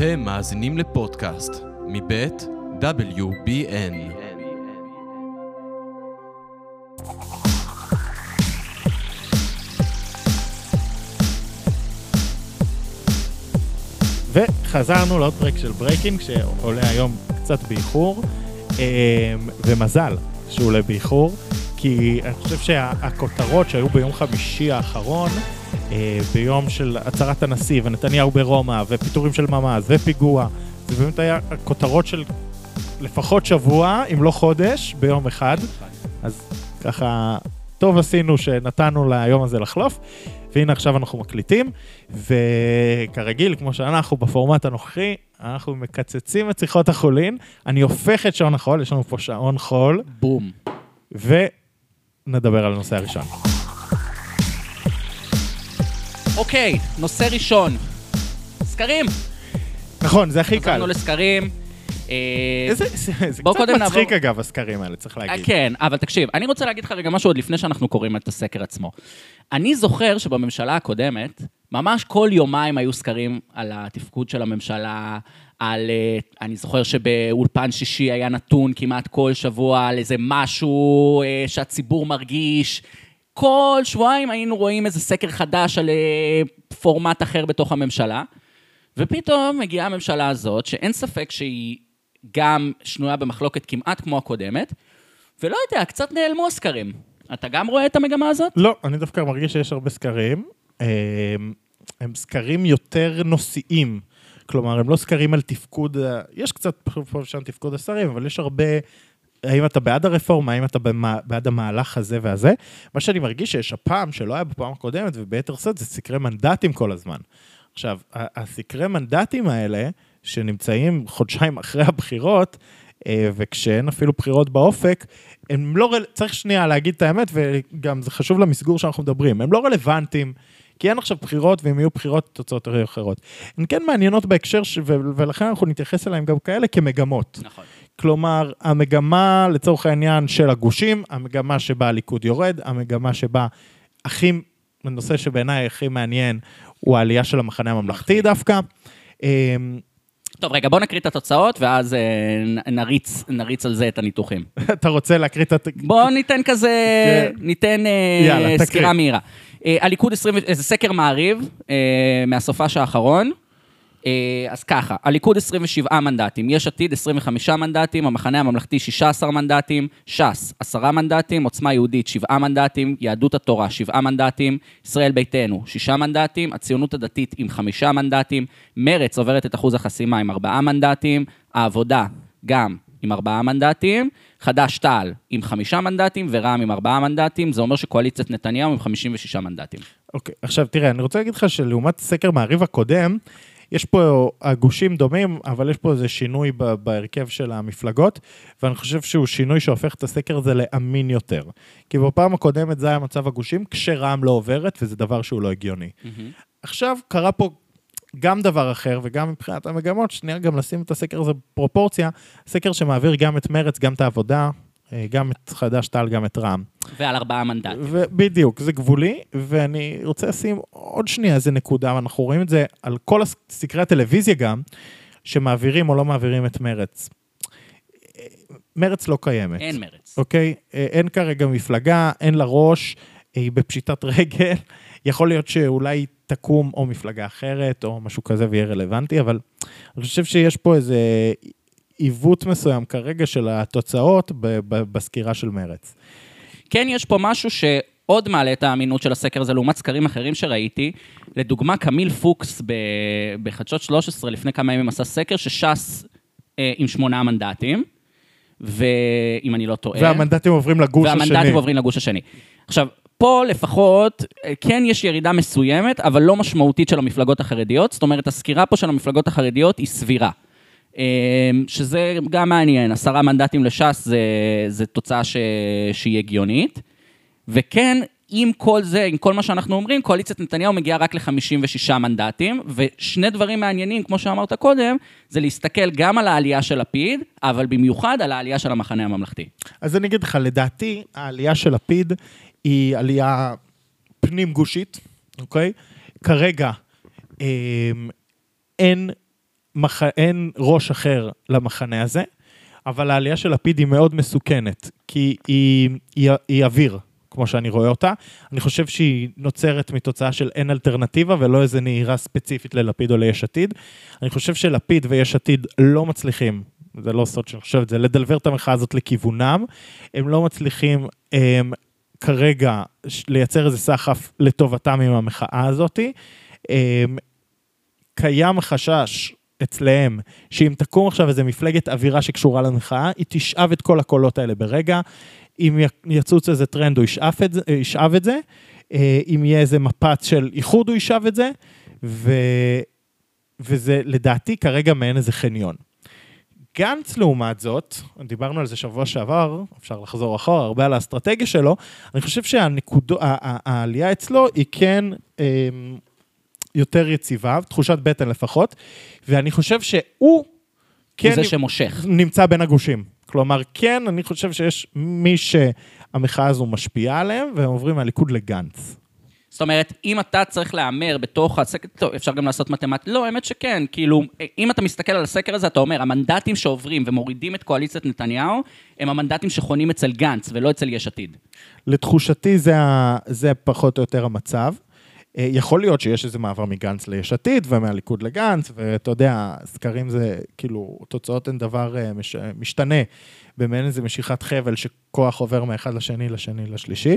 אתם מאזינים לפודקאסט מבית WBN. וחזרנו לעוד פרק של ברייקינג שעולה היום קצת באיחור, ומזל שהוא עולה באיחור, כי אני חושב שהכותרות שהיו ביום חמישי האחרון, ביום של הצהרת הנשיא ונתניהו ברומא ופיטורים של ממ"ז ופיגוע, זה באמת היה כותרות של לפחות שבוע, אם לא חודש, ביום אחד. אז ככה טוב עשינו שנתנו ליום הזה לחלוף, והנה עכשיו אנחנו מקליטים, וכרגיל, כמו שאנחנו בפורמט הנוכחי, אנחנו מקצצים את שיחות החולין, אני הופך את שעון החול, יש לנו פה שעון חול. בום. ונדבר על הנושא הראשון. אוקיי, נושא ראשון. סקרים. נכון, זה הכי קל. חזרנו לסקרים. זה קצת מצחיק אגב, הסקרים האלה, צריך להגיד. כן, אבל תקשיב, אני רוצה להגיד לך רגע משהו עוד לפני שאנחנו קוראים את הסקר עצמו. אני זוכר שבממשלה הקודמת, ממש כל יומיים היו סקרים על התפקוד של הממשלה, אני זוכר שבאולפן שישי היה נתון כמעט כל שבוע על איזה משהו שהציבור מרגיש. כל שבועיים היינו רואים איזה סקר חדש על פורמט אחר בתוך הממשלה, ופתאום מגיעה הממשלה הזאת, שאין ספק שהיא גם שנויה במחלוקת כמעט כמו הקודמת, ולא יודע, קצת נעלמו הסקרים. אתה גם רואה את המגמה הזאת? לא, אני דווקא מרגיש שיש הרבה סקרים. הם סקרים יותר נושאיים. כלומר, הם לא סקרים על תפקוד, יש קצת פה שם תפקוד השרים, אבל יש הרבה, האם אתה בעד הרפורמה, האם אתה בעד המהלך הזה והזה. מה שאני מרגיש שיש הפעם שלא היה בפעם הקודמת, וביתר סוד, זה סקרי מנדטים כל הזמן. עכשיו, הסקרי מנדטים האלה, שנמצאים חודשיים אחרי הבחירות, וכשאין אפילו בחירות באופק, הם לא, צריך שנייה להגיד את האמת, וגם זה חשוב למסגור שאנחנו מדברים, הם לא רלוונטיים, כי אין עכשיו בחירות, ואם יהיו בחירות, תוצאות אחרות. הן כן מעניינות בהקשר, ולכן אנחנו נתייחס אליהם גם כאלה כמגמות. נכון. כלומר, המגמה לצורך העניין של הגושים, המגמה שבה הליכוד יורד, המגמה שבה הנושא שבעיניי הכי מעניין, הוא העלייה של המחנה הממלכתי דווקא. טוב, רגע, בוא נקריא את התוצאות, ואז נריץ על זה את הניתוחים. אתה רוצה להקריא את... בוא ניתן כזה, ניתן סקירה מהירה. הליכוד 20, זה סקר מעריב, מהסופש האחרון. אז ככה, הליכוד 27 מנדטים, יש עתיד 25 מנדטים, המחנה הממלכתי 16 מנדטים, ש"ס 10 מנדטים, עוצמה יהודית 7 מנדטים, יהדות התורה 7 מנדטים, ישראל ביתנו 6 מנדטים, הציונות הדתית עם 5 מנדטים, מרץ עוברת את אחוז החסימה עם 4 מנדטים, העבודה גם עם 4 מנדטים, חד"ש תע"ל עם 5 מנדטים, ורע"מ עם 4 מנדטים, זה אומר שקואליציית נתניהו עם 56 מנדטים. אוקיי, עכשיו תראה, אני רוצה להגיד לך שלעומת סקר מעריב הקודם, יש פה הגושים דומים, אבל יש פה איזה שינוי בהרכב של המפלגות, ואני חושב שהוא שינוי שהופך את הסקר הזה לאמין יותר. כי בפעם הקודמת זה היה מצב הגושים, כשרע"מ לא עוברת, וזה דבר שהוא לא הגיוני. עכשיו קרה פה גם דבר אחר, וגם מבחינת המגמות, שנייה גם לשים את הסקר הזה בפרופורציה, סקר שמעביר גם את מרץ, גם את העבודה, גם את חד"ש תע"ל, גם את רע"מ. ועל 4 מנדטים. בדיוק, זה גבולי, ואני רוצה לשים עוד שנייה איזה נקודה, ואנחנו רואים את זה על כל סקרי הטלוויזיה גם, שמעבירים או לא מעבירים את מרץ. מרץ לא קיימת. אין מרץ. אוקיי? אין כרגע מפלגה, אין לה ראש, היא בפשיטת רגל, יכול להיות שאולי תקום או מפלגה אחרת, או משהו כזה ויהיה רלוונטי, אבל אני חושב שיש פה איזה עיוות מסוים כרגע של התוצאות בסקירה של מרץ. כן, יש פה משהו שעוד מעלה את האמינות של הסקר הזה, לעומת סקרים אחרים שראיתי. לדוגמה, קמיל פוקס בחדשות 13 לפני כמה ימים עשה סקר שש"ס עם 8 מנדטים, ואם אני לא טועה... והמנדטים עוברים לגוש השני. והמנדטים עוברים לגוש השני. עכשיו, פה לפחות, כן יש ירידה מסוימת, אבל לא משמעותית של המפלגות החרדיות, זאת אומרת, הסקירה פה של המפלגות החרדיות היא סבירה. שזה גם מעניין, 10 מנדטים לש"ס זה תוצאה שהיא הגיונית, וכן, עם כל זה, עם כל מה שאנחנו אומרים, קואליציית נתניהו מגיעה רק ל-56 מנדטים, ושני דברים מעניינים, כמו שאמרת קודם, זה להסתכל גם על העלייה של לפיד, אבל במיוחד על העלייה של המחנה הממלכתי. אז אני אגיד לך, לדעתי, העלייה של לפיד היא עלייה פנים גושית, אוקיי? כרגע אין אין ראש אחר למחנה הזה, אבל העלייה של לפיד היא מאוד מסוכנת, כי היא אוויר, כמו שאני רואה אותה. אני חושב שהיא נוצרת מתוצאה של אין אלטרנטיבה, ולא איזה נהירה ספציפית ללפיד או ליש עתיד. אני חושב שלפיד ויש עתיד לא מצליחים, זה לא סוד שאני חושב את זה, לדלבר את המחאה הזאת לכיוונם. הם לא מצליחים כרגע לייצר איזה סחף לטובתם עם המחאה הזאת. קיים חשש אצלהם, שאם תקום עכשיו איזו מפלגת אווירה שקשורה למחאה, היא תשאב את כל הקולות האלה ברגע. אם יצוץ איזה טרנד, הוא ישאב את זה. אם יהיה איזה מפץ של איחוד, הוא ישאב את זה. וזה לדעתי כרגע מעין איזה חניון. גנץ לעומת זאת, דיברנו על זה שבוע שעבר, אפשר לחזור אחורה, הרבה על האסטרטגיה שלו, אני חושב שהעלייה אצלו היא כן יותר יציבה, תחושת בטן לפחות, ואני חושב שהוא כן זה שמושך. נמצא בין הגושים. כלומר, כן, אני חושב שיש מי שהמחאה הזו משפיעה עליהם, והם עוברים מהליכוד לגנץ. זאת אומרת, אם אתה צריך להאמר בתוך הסקר, טוב, אפשר גם לעשות מתמטית, לא, האמת שכן, כאילו, אם אתה מסתכל על הסקר הזה, אתה אומר, המנדטים שעוברים ומורידים את קואליציית נתניהו, הם המנדטים שחונים אצל גנץ, ולא אצל יש עתיד. לתחושתי זה פחות או יותר המצב. יכול להיות שיש איזה מעבר מגנץ ליש עתיד, ומהליכוד לגנץ, ואתה יודע, סקרים זה, כאילו, תוצאות הן דבר משתנה, במעין איזה משיכת חבל, שכוח עובר מאחד לשני, לשלישי.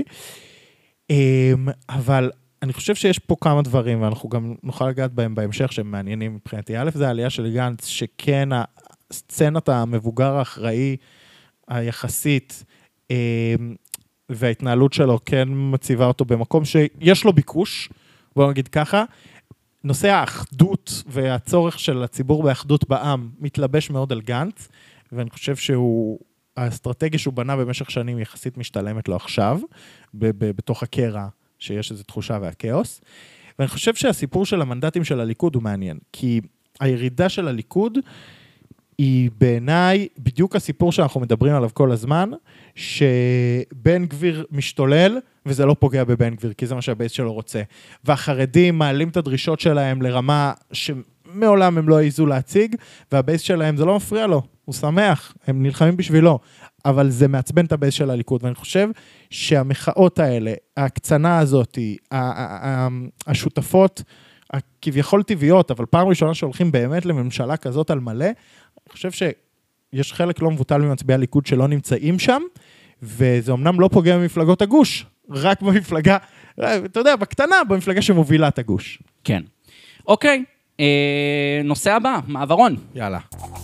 אבל אני חושב שיש פה כמה דברים, ואנחנו גם נוכל לגעת בהם בהמשך, שהם מעניינים מבחינתי. א', זה העלייה של גנץ, שכן הסצנת המבוגר האחראי, היחסית, וההתנהלות שלו כן מציבה אותו במקום שיש לו ביקוש, בואו נגיד ככה, נושא האחדות והצורך של הציבור באחדות בעם מתלבש מאוד על גנץ, ואני חושב האסטרטגיה שהוא בנה במשך שנים יחסית משתלמת לו עכשיו, בתוך הקרע שיש איזו תחושה והכאוס, ואני חושב שהסיפור של המנדטים של הליכוד הוא מעניין, כי הירידה של הליכוד היא בעיניי בדיוק הסיפור שאנחנו מדברים עליו כל הזמן, שבן גביר משתולל, וזה לא פוגע בבן גביר, כי זה מה שהבייס שלו רוצה. והחרדים מעלים את הדרישות שלהם לרמה שמעולם הם לא העיזו להציג, והבייס שלהם זה לא מפריע לו, הוא שמח, הם נלחמים בשבילו, אבל זה מעצבן את הבייס של הליכוד, ואני חושב שהמחאות האלה, ההקצנה הזאת, השותפות, כביכול טבעיות, אבל פעם ראשונה שהולכים באמת לממשלה כזאת על מלא, אני חושב שיש חלק לא מבוטל ממצביעי הליכוד שלא נמצאים שם, וזה אמנם לא פוגע במפלגות הגוש, רק במפלגה, אתה יודע, בקטנה, במפלגה שמובילה את הגוש. כן. אוקיי, נושא הבא, מעברון. יאללה.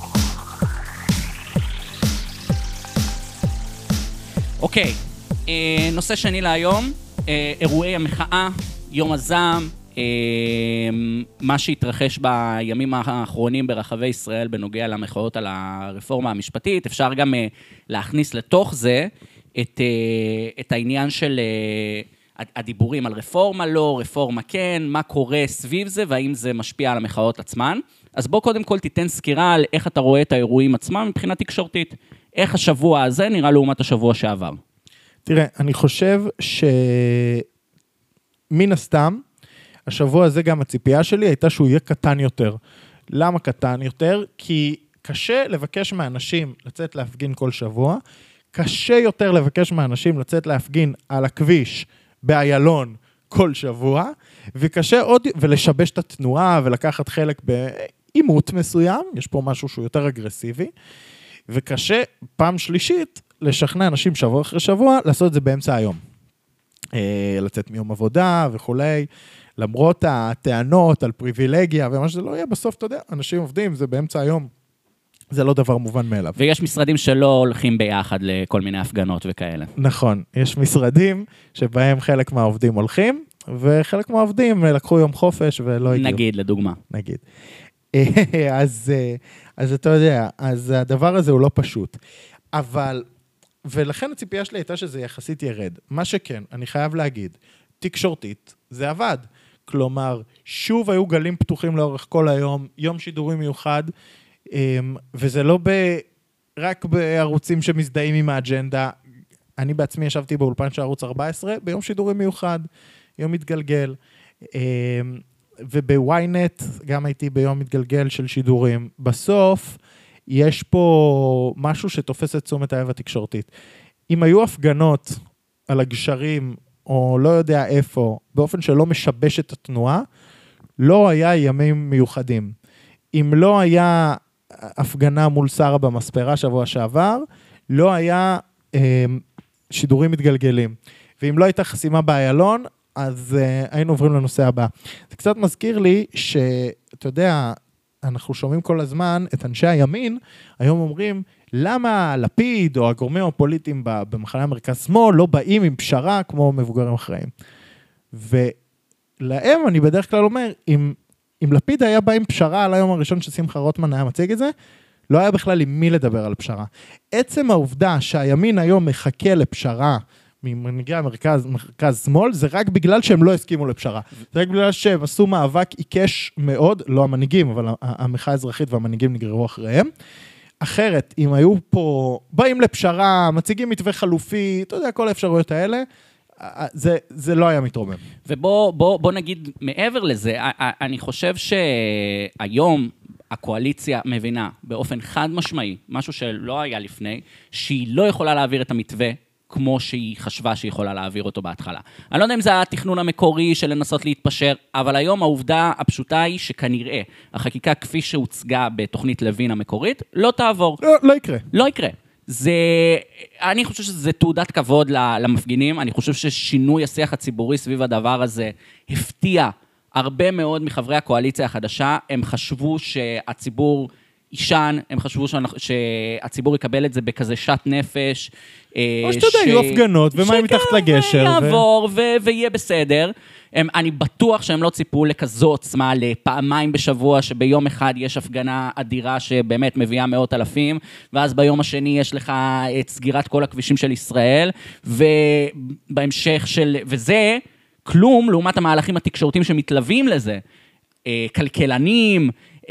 אוקיי, נושא שני להיום, אירועי המחאה, יום הזעם, מה שהתרחש בימים האחרונים ברחבי ישראל בנוגע למחאות על הרפורמה המשפטית, אפשר גם להכניס לתוך זה את העניין של הדיבורים על רפורמה לא, רפורמה כן, מה קורה סביב זה והאם זה משפיע על המחאות עצמן. אז בוא קודם כל תיתן סקירה על איך אתה רואה את האירועים עצמם מבחינה תקשורתית, איך השבוע הזה נראה לעומת השבוע שעבר. תראה, אני חושב שמן הסתם, השבוע הזה גם הציפייה שלי הייתה שהוא יהיה קטן יותר. למה קטן יותר? כי קשה לבקש מאנשים לצאת להפגין כל שבוע, קשה יותר לבקש מאנשים לצאת להפגין על הכביש באיילון כל שבוע, וקשה עוד, ולשבש את התנועה ולקחת חלק באימות מסוים, יש פה משהו שהוא יותר אגרסיבי, וקשה פעם שלישית לשכנע אנשים שבוע אחרי שבוע לעשות את זה באמצע היום. לצאת מיום עבודה וכולי, למרות הטענות על פריבילגיה ומה שזה לא יהיה, בסוף אתה יודע, אנשים עובדים, זה באמצע היום, זה לא דבר מובן מאליו. ויש משרדים שלא הולכים ביחד לכל מיני הפגנות וכאלה. נכון, יש משרדים שבהם חלק מהעובדים הולכים, וחלק מהעובדים לקחו יום חופש ולא הגיעו. נגיד, לדוגמה. נגיד. אז אתה יודע, אז הדבר הזה הוא לא פשוט. אבל, ולכן הציפייה שלי הייתה שזה יחסית ירד. מה שכן, אני חייב להגיד, תקשורתית, זה עבד. כלומר, שוב היו גלים פתוחים לאורך כל היום, יום שידורים מיוחד, וזה לא רק בערוצים שמזדהים עם האג'נדה. אני בעצמי ישבתי באולפן של ערוץ 14, ביום שידורים מיוחד, יום מתגלגל. ובוויינט גם הייתי ביום מתגלגל של שידורים. בסוף יש פה משהו שתופס את תשומת הלב התקשורתית. אם היו הפגנות על הגשרים, או לא יודע איפה, באופן שלא משבש את התנועה, לא היה ימים מיוחדים. אם לא היה הפגנה מול שרה במספרה שבוע שעבר, לא היה שידורים מתגלגלים. ואם לא הייתה חסימה באיילון, אז היינו עוברים לנושא הבא. זה קצת מזכיר לי שאתה יודע, אנחנו שומעים כל הזמן את אנשי הימין, היום אומרים, למה לפיד או הגורמים הפוליטיים במחנה המרכז שמאל לא באים עם פשרה כמו מבוגרים אחראים. ולהם אני בדרך כלל אומר, אם לפיד היה בא עם פשרה על היום הראשון ששמחה רוטמן היה מציג את זה, לא היה בכלל עם מי לדבר על פשרה. עצם העובדה שהימין היום מחכה לפשרה ממנהיגי המרכז שמאל, זה רק בגלל שהם לא הסכימו לפשרה. זה רק בגלל שהם עשו מאבק עיקש מאוד, לא המנהיגים, אבל המחאה האזרחית והמנהיגים נגררו אחריהם. אחרת, אם היו פה, באים לפשרה, מציגים מתווה חלופי, אתה יודע, כל האפשרויות האלה, זה לא היה מתרומם. ובוא נגיד מעבר לזה, אני חושב שהיום הקואליציה מבינה באופן חד משמעי, משהו שלא היה לפני, שהיא לא יכולה להעביר את המתווה כמו שהיא חשבה שהיא יכולה להעביר אותו בהתחלה. אני לא יודע אם זה התכנון המקורי של לנסות להתפשר, אבל היום העובדה הפשוטה היא שכנראה החקיקה כפי שהוצגה בתוכנית לוין המקורית, לא תעבור. לא יקרה. לא יקרה. אני חושב שזה תעודת כבוד למפגינים, אני חושב ששינוי השיח הציבורי סביב הדבר הזה הפתיע הרבה מאוד מחברי הקואליציה החדשה, הם חשבו שהציבור אישן, הם חשבו שהציבור יקבל את זה בכזה שט נפש. או שאתה יודע, יהיו הפגנות, ומה מתחת לגשר. יעבור ויהיה בסדר. אני בטוח שהם לא ציפו לכזו עוצמה, לפעמיים בשבוע, שביום אחד יש הפגנה אדירה שבאמת מביאה מאות אלפים, ואז ביום השני יש לך את סגירת כל הכבישים של ישראל, ובהמשך וזה כלום לעומת המהלכים התקשורתיים שמתלווים לזה. כלכלנים,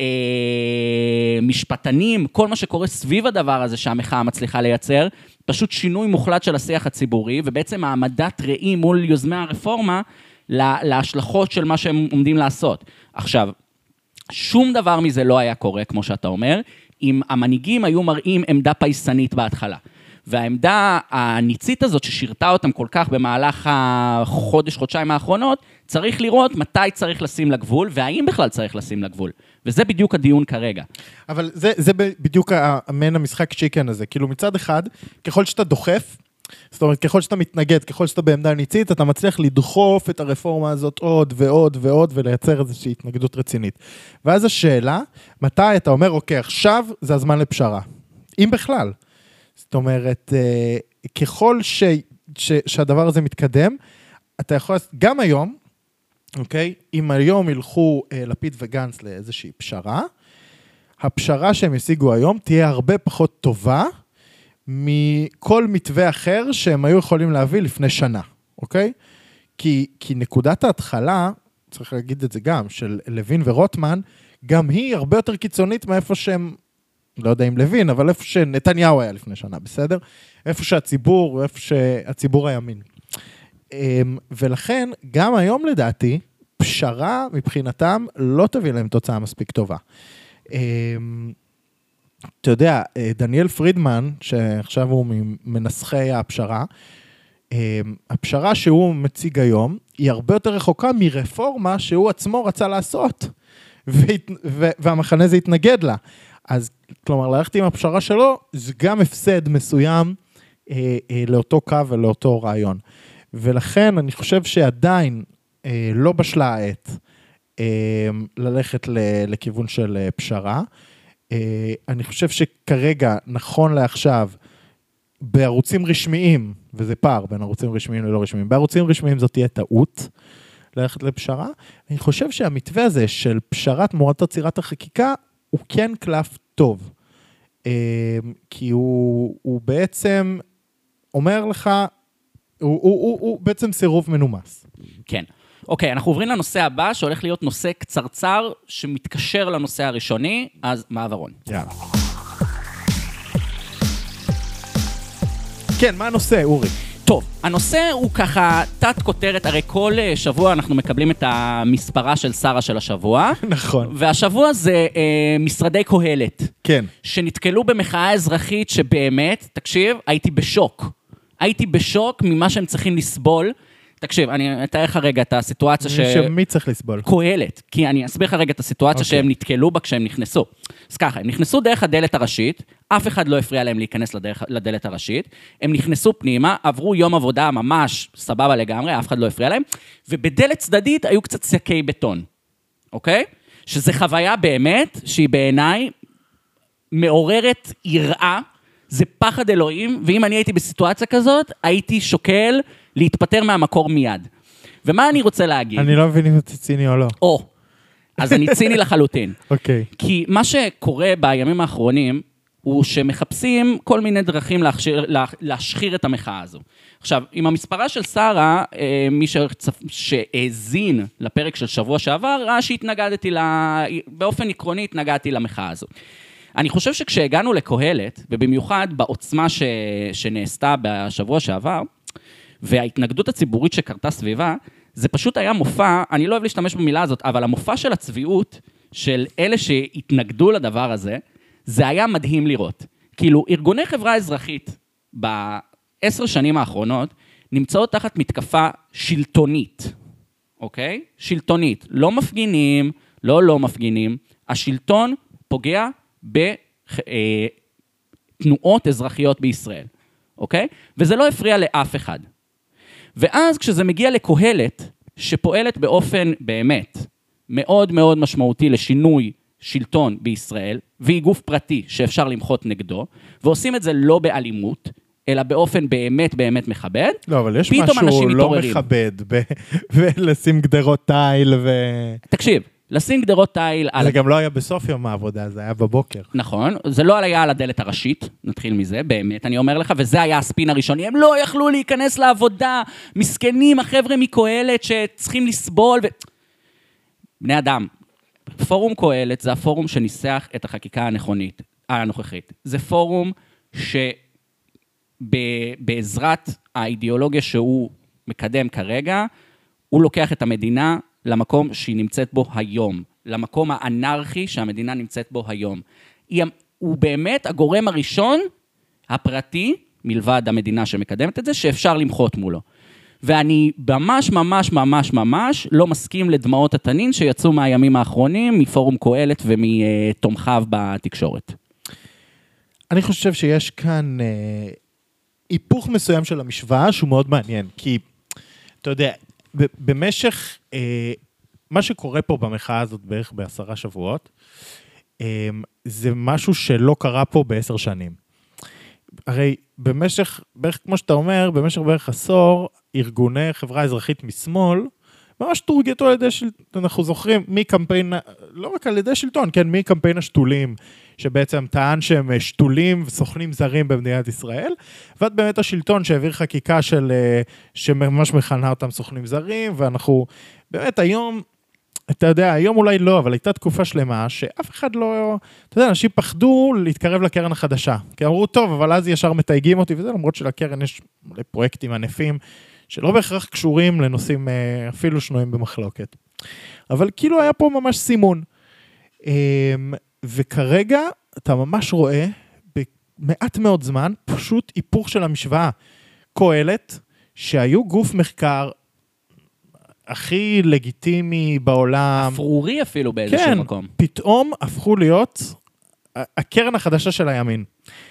משפטנים, כל מה שקורה סביב הדבר הזה שהמחאה מצליחה לייצר, פשוט שינוי מוחלט של השיח הציבורי, ובעצם העמדת ראי מול יוזמי הרפורמה, להשלכות של מה שהם עומדים לעשות. עכשיו, שום דבר מזה לא היה קורה, כמו שאתה אומר, אם המנהיגים היו מראים עמדה פייסנית בהתחלה. והעמדה הניצית הזאת ששירתה אותם כל כך במהלך חודשיים האחרונות, צריך לראות מתי צריך לשים לגבול, והאם בכלל צריך לשים לגבול. וזה בדיוק הדיון כרגע. אבל זה בדיוק המין המשחק צ'יקן הזה. כאילו מצד אחד, ככל שאתה דוחף, זאת אומרת, ככל שאתה מתנגד, ככל שאתה בעמדה ניצית, אתה מצליח לדחוף את הרפורמה הזאת עוד ועוד ועוד, ולייצר איזושהי התנגדות רצינית. ואז השאלה, מתי אתה אומר, אוקיי, עכשיו זה הזמן לפשרה. אם בכלל. זאת אומרת, ככל שהדבר הזה מתקדם, אתה יכול, גם היום, אוקיי, אם היום ילכו לפיד וגנץ לאיזושהי פשרה, הפשרה שהם ישיגו היום תהיה הרבה פחות טובה, מכל מתווה אחר שהם היו יכולים להביא לפני שנה, אוקיי? כי נקודת ההתחלה, צריך להגיד את זה גם, של לוין ורוטמן, גם היא הרבה יותר קיצונית מאיפה שהם, לא יודע אם לוין, אבל איפה שנתניהו היה לפני שנה, בסדר? איפה שהציבור, איפה שהציבור הימין. ולכן, גם היום לדעתי, פשרה מבחינתם לא תביא להם תוצאה מספיק טובה. אתה יודע, דניאל פרידמן, שעכשיו הוא מנסחי הפשרה, הפשרה שהוא מציג היום, היא הרבה יותר רחוקה מרפורמה שהוא עצמו רצה לעשות, והמחנה זה התנגד לה. אז, כלומר, ללכת עם הפשרה שלו, זה גם הפסד מסוים לאותו קו ולאותו רעיון. ולכן אני חושב שעדיין לא בשלה העת ללכת לכיוון של פשרה. אני חושב שכרגע, נכון לעכשיו, בערוצים רשמיים, וזה פער בין ערוצים רשמיים ללא רשמיים, בערוצים רשמיים זאת תהיה טעות ללכת לפשרה. אני חושב שהמתווה הזה של פשרת תמורת עצירת החקיקה, הוא כן קלף טוב. כי הוא בעצם אומר לך, הוא בעצם סירוב מנומס. כן. אוקיי, אנחנו עוברים לנושא הבא, שהולך להיות נושא קצרצר, שמתקשר לנושא הראשוני, אז מעברון. יאללה. כן, מה הנושא, אורי? טוב, הנושא הוא ככה תת כותרת, הרי כל שבוע אנחנו מקבלים את המספרה של שרה של השבוע. נכון. והשבוע זה משרדי קהלת. כן. שנתקלו במחאה אזרחית שבאמת, תקשיב, הייתי בשוק. הייתי בשוק ממה שהם צריכים לסבול. תקשיב, אני אתאר לך רגע את הסיטואציה שמי צריך לסבול? קהלת, כי אני אסביר לך רגע את הסיטואציה שהם נתקלו בה כשהם נכנסו. אז ככה, הם נכנסו דרך הדלת הראשית, אף אחד לא הפריע להם להיכנס לדלת הראשית, הם נכנסו פנימה, עברו יום עבודה ממש סבבה לגמרי, אף אחד לא הפריע להם, ובדלת צדדית היו קצת סקי בטון, אוקיי? שזה חוויה באמת, שהיא בעיניי מעוררת יראה, זה פחד אלוהים, ואם אני הייתי בסיטואציה כזאת, הייתי שוקל להתפטר מהמקור מיד. ומה אני רוצה להגיד? אני לא מבין אם אתה ציני או לא. אז אני ציני לחלוטין. אוקיי. כי מה שקורה בימים האחרונים, הוא שמחפשים כל מיני דרכים להשחיר את המחאה הזו. עכשיו, עם המספרה של שרה, מי שהאזין לפרק של שבוע שעבר, ראה שהתנגדתי באופן עקרוני התנגדתי למחאה הזו. אני חושב שכשהגענו לקהלת, ובמיוחד בעוצמה שנעשתה בשבוע שעבר, וההתנגדות הציבורית שקרתה סביבה, זה פשוט היה מופע, אני לא אוהב להשתמש במילה הזאת, אבל המופע של הצביעות, של אלה שהתנגדו לדבר הזה, זה היה מדהים לראות. כאילו, ארגוני חברה אזרחית, ב10 שנים האחרונות, נמצאות תחת מתקפה שלטונית, אוקיי? שלטונית. לא מפגינים, לא מפגינים. השלטון פוגע בתנועות אזרחיות בישראל, אוקיי? וזה לא הפריע לאף אחד. ואז כשזה מגיע לקהלת, שפועלת באופן באמת מאוד מאוד משמעותי לשינוי שלטון בישראל, והיא גוף פרטי שאפשר למחות נגדו, ועושים את זה לא באלימות, אלא באופן באמת באמת מכבד, לא, אבל יש משהו לא מכבד, ולשים גדרות תיל תקשיב, לשים גדרות תיל... זה גם לא היה בסוף יום העבודה, זה היה בבוקר. נכון, זה לא היה על הדלת הראשית, נתחיל מזה, באמת, אני אומר לך, וזה היה הספין הראשוני, הם לא יכלו להיכנס לעבודה, מסכנים, החבר'ה מקהלת שצריכים לסבול, בני אדם, פורום קהלת זה הפורום שניסח את החקיקה הנוכחית. זה פורום שבעזרת האידיאולוגיה שהוא מקדם כרגע, הוא לוקח את המדינה למקום שהיא נמצאת בו היום, למקום האנרכי שהמדינה נמצאת בו היום. הוא באמת הגורם הראשון, הפרטי, מלבד המדינה שמקדמת את זה, שאפשר למחות מולו. ואני ממש ממש ממש ממש לא מסכים לדמעות התנין שיצאו מהימים האחרונים, מפורום קהלת ומתומכיו בתקשורת. אני חושב שיש כאן היפוך מסוים של המשוואה שהוא מאוד מעניין, כי אתה יודע, במשך, מה שקורה פה במחאה הזאת בערך ב10 שבועות, זה משהו שלא קרה פה ב10 שנים. הרי במשך, בערך כמו שאתה אומר, במשך בערך עשור, ארגוני חברה אזרחית משמאל, ממש תורגטו על ידי שלטון, אנחנו זוכרים מקמפיין, לא רק על ידי שלטון, כן, מקמפיין השתולים, שבעצם טען שהם שתולים וסוכנים זרים במדינת ישראל, ועד באמת השלטון שהעביר חקיקה שממש מכנה אותם סוכנים זרים, ואנחנו באמת היום, אתה יודע, היום אולי לא, אבל הייתה תקופה שלמה שאף אחד לא, אתה יודע, אנשים פחדו להתקרב לקרן החדשה, כי אמרו, טוב, אבל אז ישר מתייגים אותי, וזה למרות שלקרן יש פרויקטים ענפים, שלא בהכרח קשורים לנושאים אפילו שנויים במחלוקת. אבל כאילו היה פה ממש סימון. וכרגע אתה ממש רואה, במעט מאוד זמן, פשוט היפוך של המשוואה. קהלת, שהיו גוף מחקר הכי לגיטימי בעולם. אפרורי אפילו באיזשהו מקום. כן, פתאום הפכו להיות הקרן החדשה של הימין.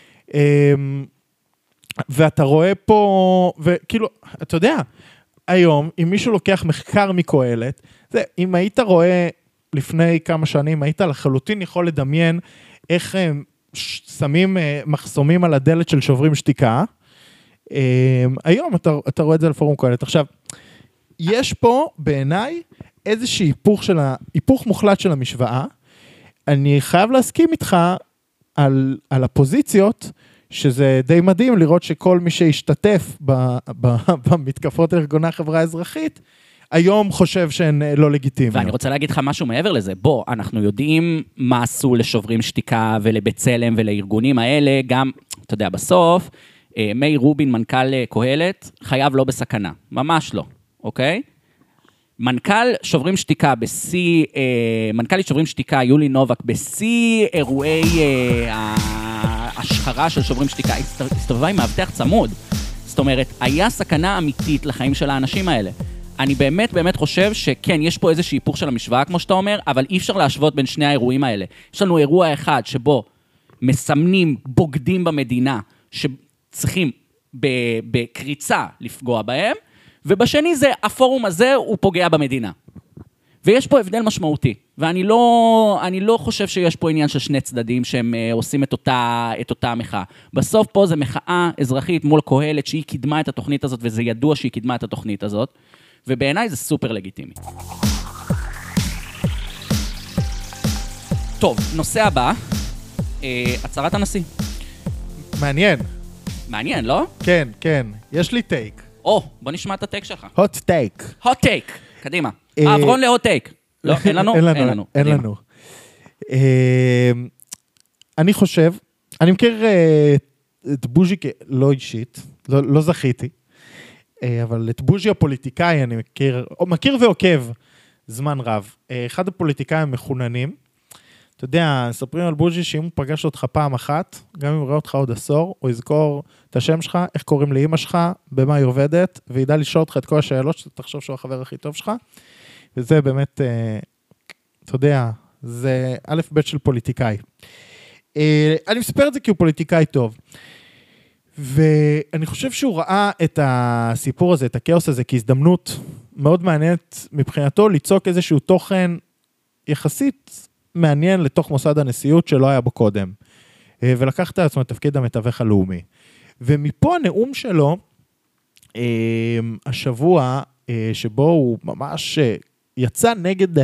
ואתה רואה פה, וכאילו, אתה יודע, היום, אם מישהו לוקח מחקר מקהלת, אם היית רואה לפני כמה שנים, היית לחלוטין יכול לדמיין איך הם שמים מחסומים על הדלת של שוברים שתיקה. היום אתה רואה את זה על פורום קהלת. עכשיו, יש פה בעיניי איזושהי היפוך מוחלט של המשוואה. אני חייב להסכים איתך על הפוזיציות, שזה די מדהים לראות שכל מי שהשתתף במתקפות ארגוני החברה האזרחית, היום חושב שהן לא לגיטימיות. ואני רוצה להגיד לך משהו מעבר לזה. בוא, אנחנו יודעים מה עשו לשוברים שתיקה ולבצלם ולארגונים האלה, גם, אתה יודע, בסוף, מאיר רובין, מנכ"ל קהלת, חייב לא בסכנה. ממש לא, אוקיי? מנכ"לית שוברים שתיקה, יולי נובק, בשיא אירועי ההשחרה של שוברים שתיקה, הסתובבה עם מאבטח צמוד. זאת אומרת, היה סכנה אמיתית לחיים של האנשים האלה. אני באמת באמת חושב שכן, יש פה איזושהי היפוך של המשוואה, כמו שאתה אומר, אבל אי אפשר להשוות בין שני האירועים האלה. יש לנו אירוע אחד שבו מסמנים בוגדים במדינה, שצריכים בקריצה לפגוע בהם, ובשני זה, הפורום הזה הוא פוגע במדינה. ויש פה הבדל משמעותי, ואני לא חושב שיש פה עניין של שני צדדים שהם עושים את אותה מחאה. בסוף פה זה מחאה אזרחית מול קהלת שהיא קידמה את התוכנית הזאת, וזה ידוע שהיא קידמה את התוכנית הזאת, ובעיניי זה סופר לגיטימי. טוב, נושא הבא, הצהרת הנשיא. מעניין, לא? כן, כן. יש לי טייק. בוא נשמע את הטייק שלך. hot take. hot take, קדימה. עברון להוט טייק. לא, אין לנו. אין לנו. אני חושב, אני מכיר את בוז'י לא אישית, לא זכיתי, אבל את בוז'י הפוליטיקאי אני מכיר ועוקב זמן רב. אחד הפוליטיקאים המחוננים, אתה יודע, מספרים על בוז'י שאם הוא פגש אותך פעם אחת, גם אם הוא רואה אותך עוד עשור, הוא יזכור את השם שלך, איך קוראים לאמא שלך, במה היא עובדת, וידע לשאול אותך את כל השאלות, שאתה תחשוב שהוא החבר הכי טוב שלך, וזה באמת, אתה יודע, זה א' ב' של פוליטיקאי. אני מספר את זה כי הוא פוליטיקאי טוב, ואני חושב שהוא ראה את הסיפור הזה, את הכאוס הזה, כהזדמנות מאוד מעניינת מבחינתו, ליצוק איזשהו תוכן יחסית מעניין לתוך מוסד הנשיאות שלא היה בו קודם, ולקחת את עצמו את תפקיד המתווך הלאומי. ומפה הנאום שלו, השבוע שבו הוא ממש יצא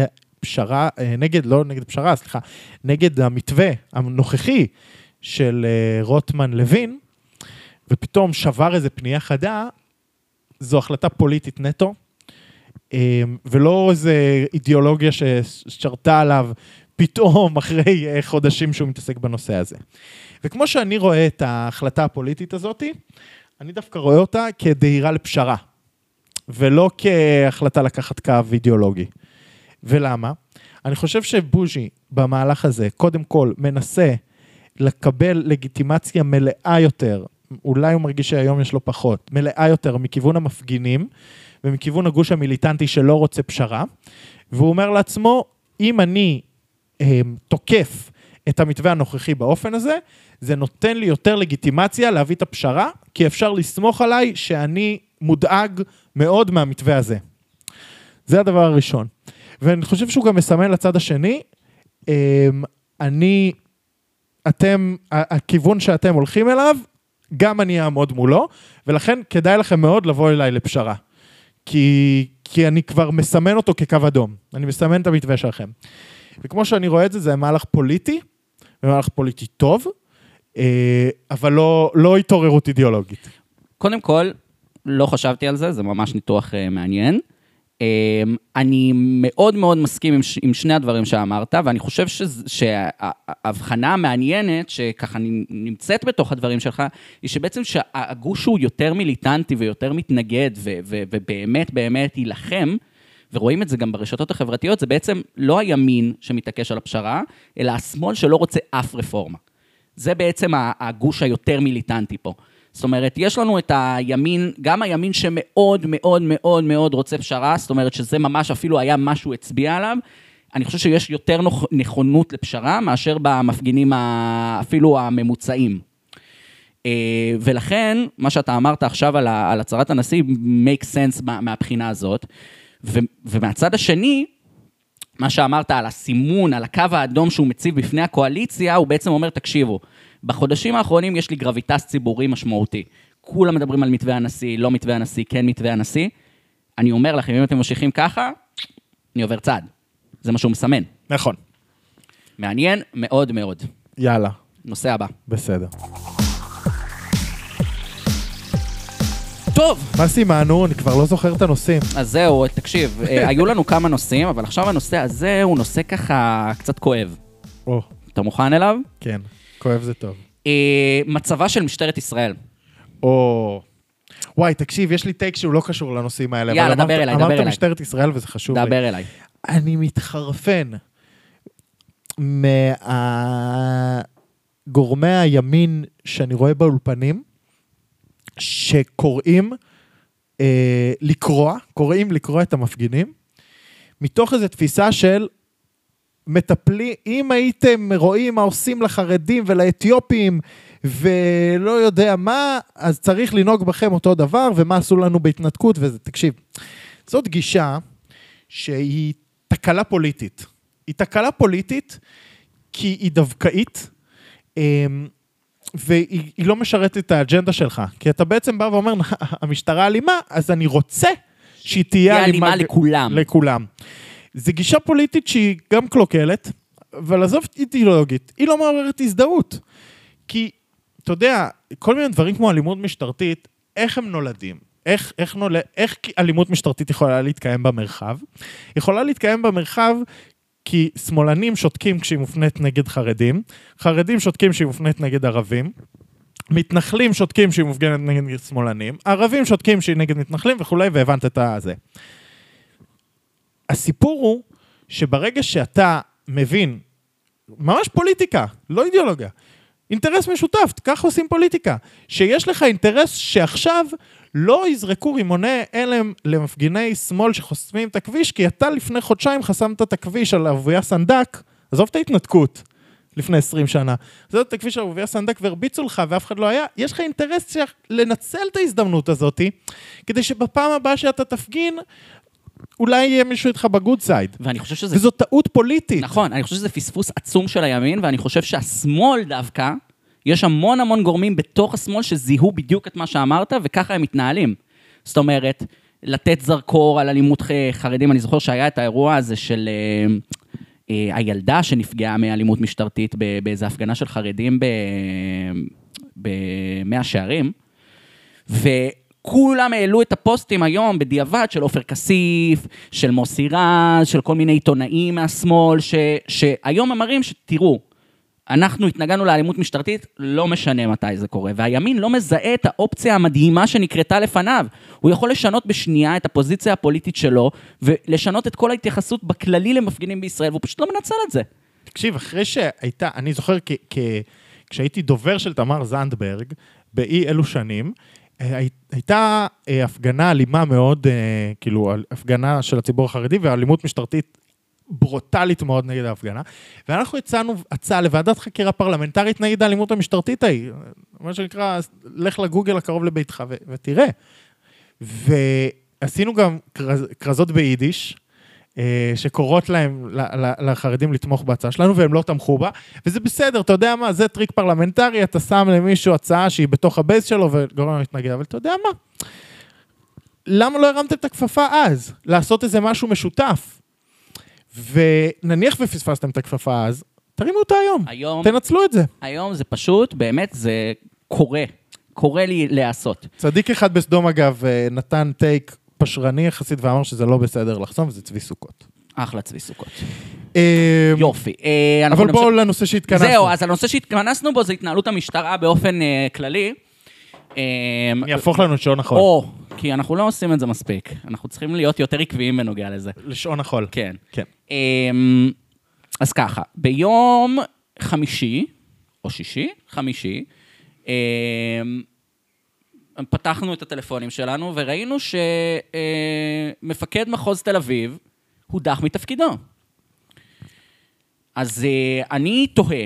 נגד המתווה הנוכחי של רוטמן לוין, ופתאום שבר איזה פנייה חדה, זו החלטה פוליטית נטו, ולא איזה אידיאולוגיה ששרתה עליו פתאום אחרי חודשים שהוא מתעסק בנושא הזה. וכמו שאני רואה את ההחלטה הפוליטית הזאת, אני דווקא רואה אותה כדהירה לפשרה, ולא כהחלטה לקחת קו אידיאולוגי. ולמה? אני חושב שבוז'י במהלך הזה, קודם כל, מנסה לקבל לגיטימציה מלאה יותר, אולי הוא מרגיש שהיום יש לו פחות, מלאה יותר מכיוון המפגינים, ומכיוון הגוש המיליטנטי שלא רוצה פשרה, והוא אומר לעצמו, אם אני תוקף את המתווה הנוכחי באופן הזה, זה נותן לי יותר לגיטימציה להביא את הפשרה, כי אפשר לסמוך עליי שאני מודאג מאוד מהמתווה הזה. זה הדבר הראשון. ואני חושב שהוא גם מסמן לצד השני, הכיוון שאתם הולכים אליו, גם אני אעמוד מולו, ולכן כדאי לכם מאוד לבוא אליי לפשרה. כי אני כבר מסמן אותו כקו אדום. אני מסמן את המתווה שלכם. וכמו שאני רואה את זה, זה מהלך פוליטי, ומהלך פוליטי טוב, אבל לא התעוררות אידיאולוגית. קודם כל, לא חשבתי על זה, זה ממש ניתוח מעניין. אני מאוד מאוד מסכים עם שני הדברים שאמרת, ואני חושב שההבחנה המעניינת, שככה נמצאת בתוך הדברים שלך, היא שבעצם שהגוש הוא יותר מיליטנטי ויותר מתנגד, ובאמת באמת ילחם, ורואים את זה גם ברשתות החברתיות, זה בעצם לא הימין שמתעקש על הפשרה, אלא השמאל שלא רוצה אף רפורמה. זה בעצם הגוש היותר מיליטנטי פה. זאת אומרת, יש לנו את הימין, גם הימין שמאוד מאוד מאוד מאוד רוצה פשרה, זאת אומרת שזה ממש אפילו היה משהו הצביע עליו, אני חושב שיש יותר נכונות לפשרה, מאשר במפגינים אפילו הממוצעים. ולכן, מה שאתה אמרת עכשיו על הצהרת הנשיא, make sense מהבחינה הזאת, ומהצד השני, מה שאמרת על הסימון, על הקו האדום שהוא מציב בפני הקואליציה, הוא בעצם אומר, תקשיבו, בחודשים האחרונים יש לי גרביטס ציבורי משמעותי. כולם מדברים על מתווה הנשיא, לא מתווה הנשיא, כן מתווה הנשיא. אני אומר לכם, אם אתם ממשיכים ככה, אני עובר צעד. זה מה שהוא מסמן. נכון. מעניין מאוד מאוד. יאללה. נושא הבא. בסדר. טוב. מה סימנו? אני כבר לא זוכר את הנושאים. אז זהו, תקשיב, היו לנו כמה נושאים, אבל עכשיו הנושא הזה הוא נושא ככה קצת כואב. אתה מוכן אליו? כן, כואב זה טוב. מצבה של משטרת ישראל. או... וואי, תקשיב, יש לי טייק שהוא לא קשור לנושאים האלה. יאללה, דבר אליי. אמרת משטרת ישראל וזה חשוב לי. דבר אליי. אני מתחרפן מהגורמי הימין שאני רואה באולפנים, שקוראים לקרוא את המפגינים, מתוך איזו תפיסה של מטפלים, אם הייתם רואים מה עושים לחרדים ולאתיופים, ולא יודע מה, אז צריך לנהוג בכם אותו דבר, ומה עשו לנו בהתנתקות, וזה, תקשיב, זאת גישה שהיא תקלה פוליטית. היא תקלה פוליטית, כי היא דווקאית, והיא לא משרתת את האג'נדה שלך. כי אתה בעצם בא ואומר, המשטרה אלימה, אז אני רוצה שהיא תהיה אלימה לכולם. זו גישה פוליטית שהיא גם קלוקלת, אבל עזוב אידיאולוגית, היא לא מעוררת הזדהות. כי, אתה יודע, כל מיני דברים כמו אלימות משטרתית, איך הם נולדים? איך אלימות משטרתית יכולה להתקיים במרחב? יכולה להתקיים במרחב כי שמאלנים שותקים כשהיא מופנית נגד חרדים, חרדים שותקים כשהיא מופנית נגד ערבים, מתנחלים שותקים כשהיא מופגנת נגד שמאלנים, ערבים שותקים כשהיא נגד מתנחלים וכו', והבנת את זה. הסיפור הוא שברגע שאתה מבין, ממש פוליטיקה, לא אידיאולוגיה, אינטרס משותף, כך עושים פוליטיקה, שיש לך אינטרס שעכשיו לא יזרקו רימוני אלם למפגיני שמאל שחוסמים את הכביש, כי אתה לפני חודשיים חסמת את הכביש על אבויה סנדק, עזוב את ההתנתקות לפני 20 שנה, עזוב את הכביש על אבויה סנדק והרביצו לך ואף אחד לא היה, יש לך אינטרס לנצל את ההזדמנות הזאת, כדי שבפעם הבאה שאתה תפגין, אולי יהיה מישהו איתך בגוד סייד. ואני חושב שזה... וזו טעות פוליטית. נכון, אני חושב שזה פספוס עצום של הימין, ואני חושב שהשמאל דווקא, יש המון גורמים בתוך השמאל שזיהו בדיוק את מה שאמרת, וככה הם מתנהלים. זאת אומרת, לתת זרקור על אלימות חרדים, אני זוכר שהיה את האירוע הזה של הילדה שנפגעה מאלימות משטרתית באיזו הפגנה של חרדים במאה שערים, כולם העלו את הפוסטים היום בדיעבד של עופר כסיף, של מוסי רז, של כל מיני עיתונאים מהשמאל, שהיום אמרים שתראו, אנחנו התנגדנו לאלימות משטרתית, לא משנה מתי זה קורה, והימין לא מזהה את האופציה המדהימה שנקרתה לפניו. הוא יכול לשנות בשנייה את הפוזיציה הפוליטית שלו, ולשנות את כל ההתייחסות בכללי למפגינים בישראל, והוא פשוט לא מנצל את זה. תקשיב, אחרי שהייתה, אני זוכר כשהייתי דובר של תמר זנדברג, באי אלו שנים, הייתה הפגנה אלימה מאוד, כאילו, הפגנה של הציבור החרדי, והאלימות משטרתית ברוטלית מאוד נגד ההפגנה, ואנחנו הצענו הצעה לוועדת חקירה פרלמנטרית נגד האלימות המשטרתית ההיא, מה שנקרא, לך לגוגל הקרוב לביתך ותראה. ועשינו גם קרזות ביידיש, שקורות להם, לחרדים לתמוך בהצעה שלנו, והם לא תמכו בה, וזה בסדר, אתה יודע מה, זה טריק פרלמנטרי, אתה שם למישהו הצעה שהיא בתוך הבייס שלו, וגורם מתנגד, אבל אתה יודע מה, למה לא הרמתם את הכפפה אז? לעשות איזה משהו משותף, ונניח ופספסתם את הכפפה אז, תרימו אותה היום, תנצלו את זה. היום זה פשוט, באמת זה קורה לי לעשות. צדיק אחד בסדום אגב, נתן טייק, פשרני יחסית ואמר שזה לא בסדר לחסום, וזה צבי סוכות. אחלה צבי סוכות. יופי. אבל בואו לנושא שהתכנסנו. זהו, אז הנושא שהתכנסנו בו זה התנהלות המשטרה באופן כללי. יהפוך לנו שעון החול. כי אנחנו לא עושים את זה מספיק. אנחנו צריכים להיות יותר עקביים בנוגע לזה. לשעון החול. כן. אז ככה, ביום חמישי, או שישי, פתחנו את הטלפונים שלנו, וראינו שמפקד מחוז תל אביב הודח מתפקידו. אז אני תוהה,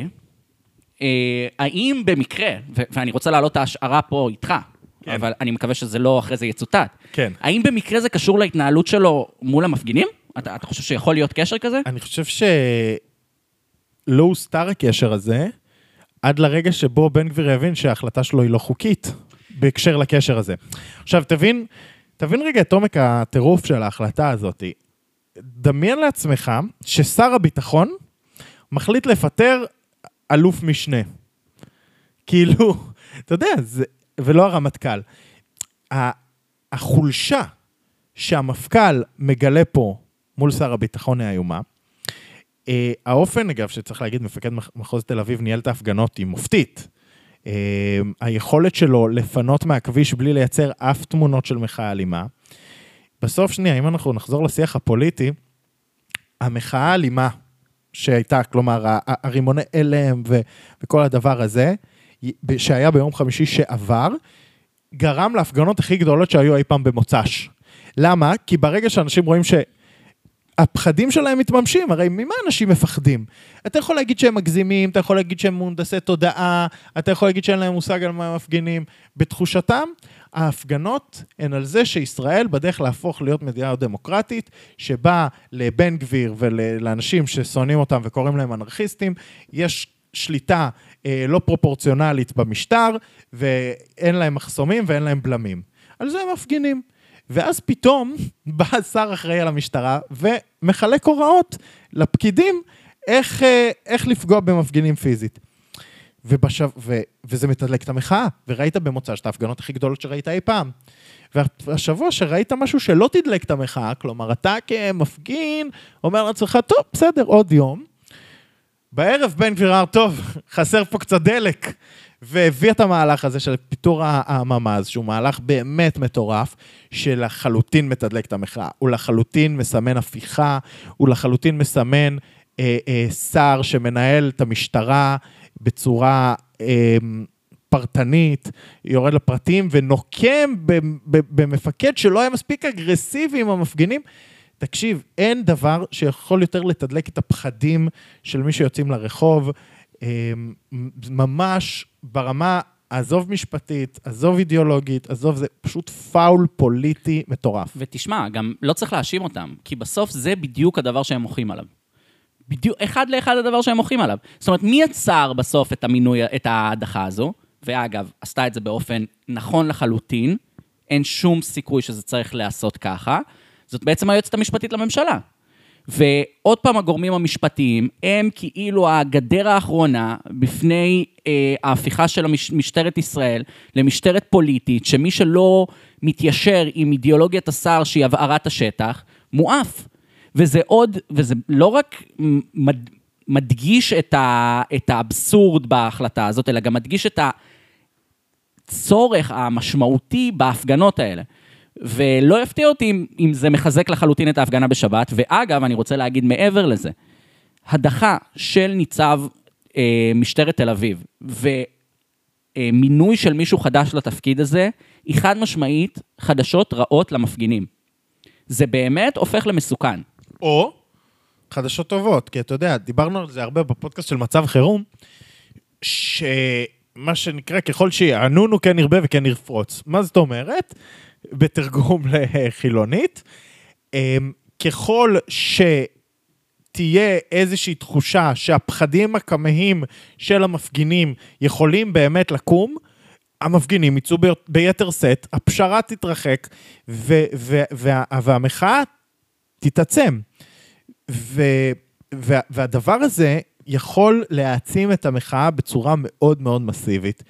האם במקרה, ואני רוצה להעלות את ההשערה פה איתך, כן. אבל אני מקווה שזה לא אחרי זה יצוטט, כן. האם במקרה זה קשור להתנהלות שלו מול המפגינים? אתה חושב שיכול להיות קשר כזה? אני חושב שלא הוסתר הקשר הזה, עד לרגע שבו בן גביר יבין שההחלטה שלו היא לא חוקית, בהקשר לקשר הזה. עכשיו, תבין רגע את עומק הטירוף של ההחלטה הזאת. דמיין לעצמך ששר הביטחון מחליט לפטר אלוף משנה. כאילו, אתה יודע, ולא הרמטכ"ל. החולשה שהמפכ"ל מגלה פה מול שר הביטחון האיומה, האופן, אגב, שצריך להגיד, מפקד מחוז תל אביב ניהל את ההפגנות, היא מופתית. היכולת שלו לפנות מהכביש בלי לייצר אף תמונות של מחאה אלימה. בסוף שנייה, אם אנחנו נחזור לשיח הפוליטי, המחאה האלימה שהייתה, כלומר, הרימוני אלם וכל הדבר הזה, שהיה ביום חמישי שעבר, גרם להפגנות הכי גדולות שהיו אי פעם במוצ"ש. למה? כי ברגע שאנשים רואים שהפחדים שלהם מתממשים, הרי ממה אנשים מפחדים? אתה יכול להגיד שהם מגזימים, אתה יכול להגיד שהם מונדסי תודעה, אתה יכול להגיד שאין להם מושג על מה הם מפגינים. בתחושתם, ההפגנות הן על זה שישראל בדרך להפוך להיות מדינה דמוקרטית, שבה לבן גביר ולאנשים ששונאים אותם וקוראים להם אנרכיסטים, יש שליטה לא פרופורציונלית במשטר, ואין להם מחסומים ואין להם בלמים. על זה הם מפגינים. ואז פתאום בא שר אחראי על המשטרה, ומחלק הוראות לפקידים איך לפגוע במפגינים פיזית. וזה מתדלק את המחאה, וראית במוצ"ש את ההפגנות הכי גדולות שראית אי פעם. והשבוע שראית משהו שלא תדלק את המחאה, כלומר, אתה כמפגין, אומר לעצמך, טוב, בסדר, עוד יום. בערב בן גביר, טוב, חסר פה קצת דלק, והביא את המהלך הזה של פיתור הממ"ז, שהוא מהלך באמת מטורף, שלחלוטין מתדלק את המחאה, הוא לחלוטין מסמן הפיכה, הוא לחלוטין מסמן שר שמנהל את המשטרה בצורה פרטנית, יורד לפרטים ונוקם במפקד שלא היה מספיק אגרסיבי עם המפגינים. תקשיב, אין דבר שיכול יותר לתדלק את הפחדים של מי שיוצאים לרחוב, ממש ברמה, עזוב משפטית, עזוב אידיאולוגית, עזוב, זה פשוט פאול פוליטי מטורף. ותשמע, גם לא צריך להאשים אותם, כי בסוף זה בדיוק הדבר שהם מוחים עליו. בדיוק, אחד לאחד הדבר שהם מוחים עליו. זאת אומרת, מי יצר בסוף את המינוי, את ההדחה הזו? ואגב, עשתה את זה באופן נכון לחלוטין, אין שום סיכוי שזה צריך לעשות ככה, זאת בעצם היועצת המשפטית לממשלה. ועוד פעם הגורמים המשפטיים, הם כאילו הגדר האחרונה בפני ההפיכה של משטרת ישראל למשטרת פוליטית, שמי שלא מתיישר עם אידיאולוגיית השר שהיא הבערת השטח, מואף. וזה לא רק מדגיש את האבסורד בהחלטה הזאת, אלא גם מדגיש את הצורך המשמעותי בהפגנות האלה. ולא יפתיע אותי אם זה מחזק לחלוטין את ההפגנה בשבת, ואגב, אני רוצה להגיד מעבר לזה, הדחה של ניצב משטרת תל אביב, ומינוי של מישהו חדש לתפקיד הזה, היא חד משמעית חדשות רעות למפגינים. זה באמת הופך למסוכן. או חדשות טובות, כי אתה יודע, דיברנו על זה הרבה בפודקאסט של מצב חירום, שמה שנקרא ככל שיענונו כן נרבה וכן נרפרוץ. מה זאת אומרת? בתרגום לחילונית, ככל שתהיה איזושהי תחושה שהפחדים הכמהים של המפגינים יכולים באמת לקום, המפגינים יצאו ביתר סט, הפשרה תתרחק, והמחאה תתעצם. והדבר הזה יכול להעצים את המחאה בצורה מאוד מאוד מסיבית.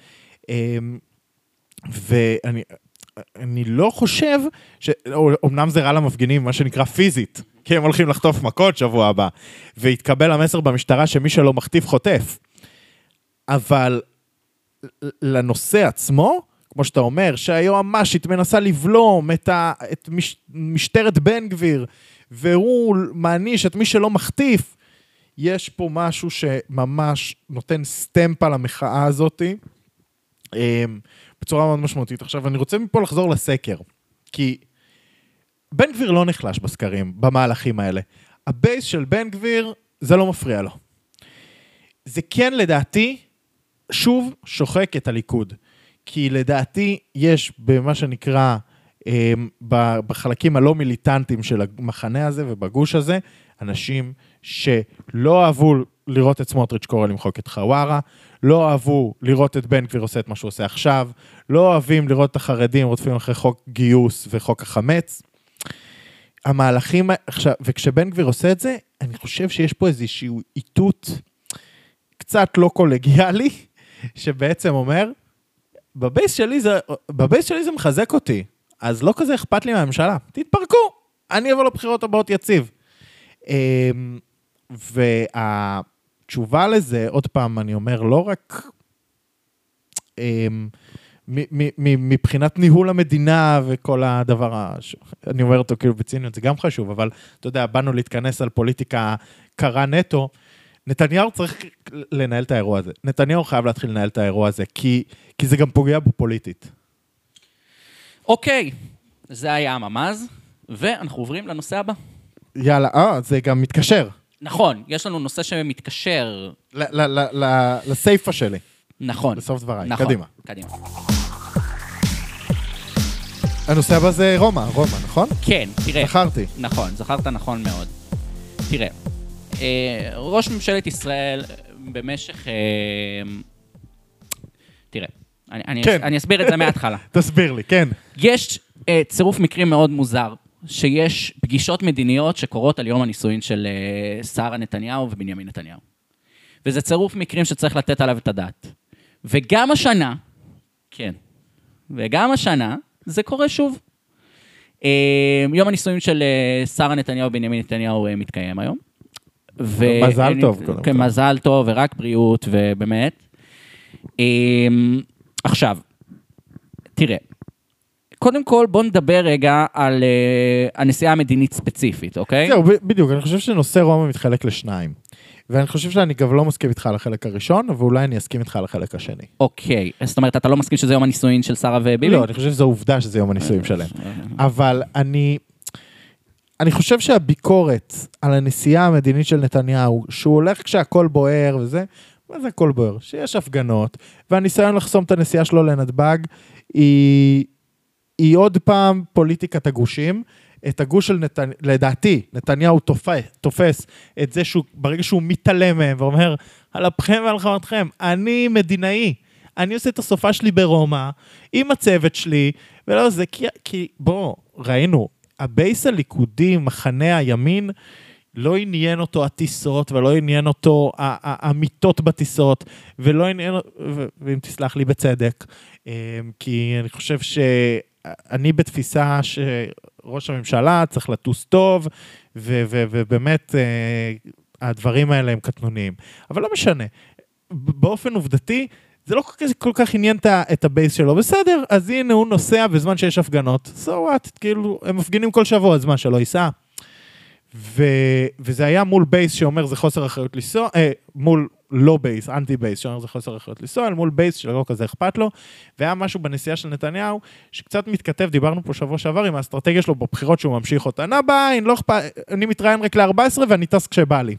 ואני לא חושב, אומנם זה רע למפגינים, מה שנקרא פיזית, כי הם הולכים לחטוף מכות שבוע הבא, והתקבל המסר במשטרה שמי שלא מחטיף חוטף. אבל לנושא עצמו, כמו שאתה אומר, שהיועמ"שית מנסה לבלום את משטרת בן גביר, והוא מעניש את מי שלא מחטיף, יש פה משהו שממש נותן סטמפ על המחאה הזאת, בצורה מאוד משמעותית. עכשיו, אני רוצה מפה לחזור לסקר, כי בן גביר לא נחלש בסקרים, במהלכים האלה. הבייס של בן גביר, זה לא מפריע לו. זה כן, לדעתי, שוב שוחק את הליכוד. כי לדעתי יש במה שנקרא, בחלקים הלא מיליטנטיים של המחנה הזה ובגוש הזה, אנשים שלא אהבו לראות את סמוטריץ' קורא למחוק את חווארה, לא אהבו לראות את בן גביר עושה את מה שהוא עושה עכשיו, לא אוהבים לראות את החרדים רודפים אחרי חוק גיוס וחוק החמץ. המהלכים, עכשיו, וכשבן גביר עושה את זה, אני חושב שיש פה איזשהו איתות קצת לא קולגיאלי, שבעצם אומר, בבייס שלי זה מחזק אותי, אז לא כזה אכפת לי מהממשלה, תתפרקו, אני אבוא לבחירות הבאות יציב. והתשובה לזה, עוד פעם אני אומר, לא רק מבחינת ניהול המדינה וכל הדבר, אני אומר אותו כאילו בציניות, זה גם חשוב, אבל אתה יודע, באנו להתכנס על פוליטיקה קרה נטו, נתניהו צריך לנהל את האירוע הזה. נתניהו חייב להתחיל לנהל את האירוע הזה, כי זה גם פוגע בו פוליטית. אוקיי, זה היה הממז, ואנחנו עוברים לנושא הבא. יאללה, זה גם מתקשר. נכון, יש לנו נושא שמתקשר. לסייפה שלי. נכון. בסוף דבריי. נכון, קדימה. קדימה. הנושא הבא זה רומא, נכון? כן, תראה. זכרתי. נכון, זכרת נכון מאוד. תראה, ראש ממשלת ישראל במשך... תראה, אני אסביר את זה מההתחלה. תסביר לי, כן. יש צירוף מקרים מאוד מוזר, שיש פגישות מדיניות שקורות על יום הנישואין של שרה נתניהו ובנימין נתניהו. וזה צירוף מקרים שצריך לתת עליו את הדעת. וגם השנה, כן, וגם השנה, זה קורה שוב. יום הנישואין של שרה נתניהו ובנימין נתניהו מתקיים היום. מזל טוב. כן, מזל טוב ורק בריאות ובאמת. עכשיו, תראה, קודם כל בוא נדבר רגע על הנסיעה המדינית ספציפית, אוקיי? זהו, בדיוק, אני חושב שנושא רומא מתחלק לשניים. ואני חושב שאני גם לא מסכים איתך על החלק הראשון, ואולי אני אסכים איתך על החלק השני. אוקיי, זאת אומרת, אתה לא מסכים שזה יום הנישואין של שרה וביבי? לא, אני חושב שזו עובדה שזה יום הנישואין שלהם. אבל אני חושב שהביקורת על הנסיעה המדינית של נתניהו, שהוא הולך כשהכל בוער וזה, מה זה הכל בוער? שיש הפגנות, והניסיון לחסום את הנסיעה שלו לנתב"ג, היא עוד פעם פוליטיקת הגושים, את הגוש של לדעתי, נתניהו תופס את זה שהוא, ברגע שהוא מתעלם מהם ואומר, על אפכם ועל חמתכם, אני מדינאי, אני עושה את הסופה שלי ברומא, עם הצוות שלי, ולא זה, כי בוא, ראינו, הבייס הליכודי, מחנה הימין, לא עניין אותו הטיסות, ולא עניין אותו המיטות בטיסות, ולא עניין, ואם תסלח לי בצדק, כי אני חושב שאני בתפיסה שראש הממשלה צריך לטוס טוב, ובאמת הדברים האלה הם קטנוניים. אבל לא משנה, באופן עובדתי, זה לא כל כך עניין את הבייס שלו, בסדר, אז הנה הוא נוסע בזמן שיש הפגנות, so what, כאילו, הם מפגינים כל שבוע, אז מה, שלא ייסע? וזה היה מול בייס שאומר זה חוסר אחריות לנסוע, מול לא בייס, אנטי בייס, שאומר זה חוסר אחריות לנסוע, מול בייס שלא כזה אכפת לו, והיה משהו בנסיעה של נתניהו, שקצת מתכתב, דיברנו פה שבוע שעבר, עם האסטרטגיה שלו בבחירות שהוא ממשיך אותה, ביין, לא אכפת, אני מתראיין רק ל-14 ואני טס כשבא לי.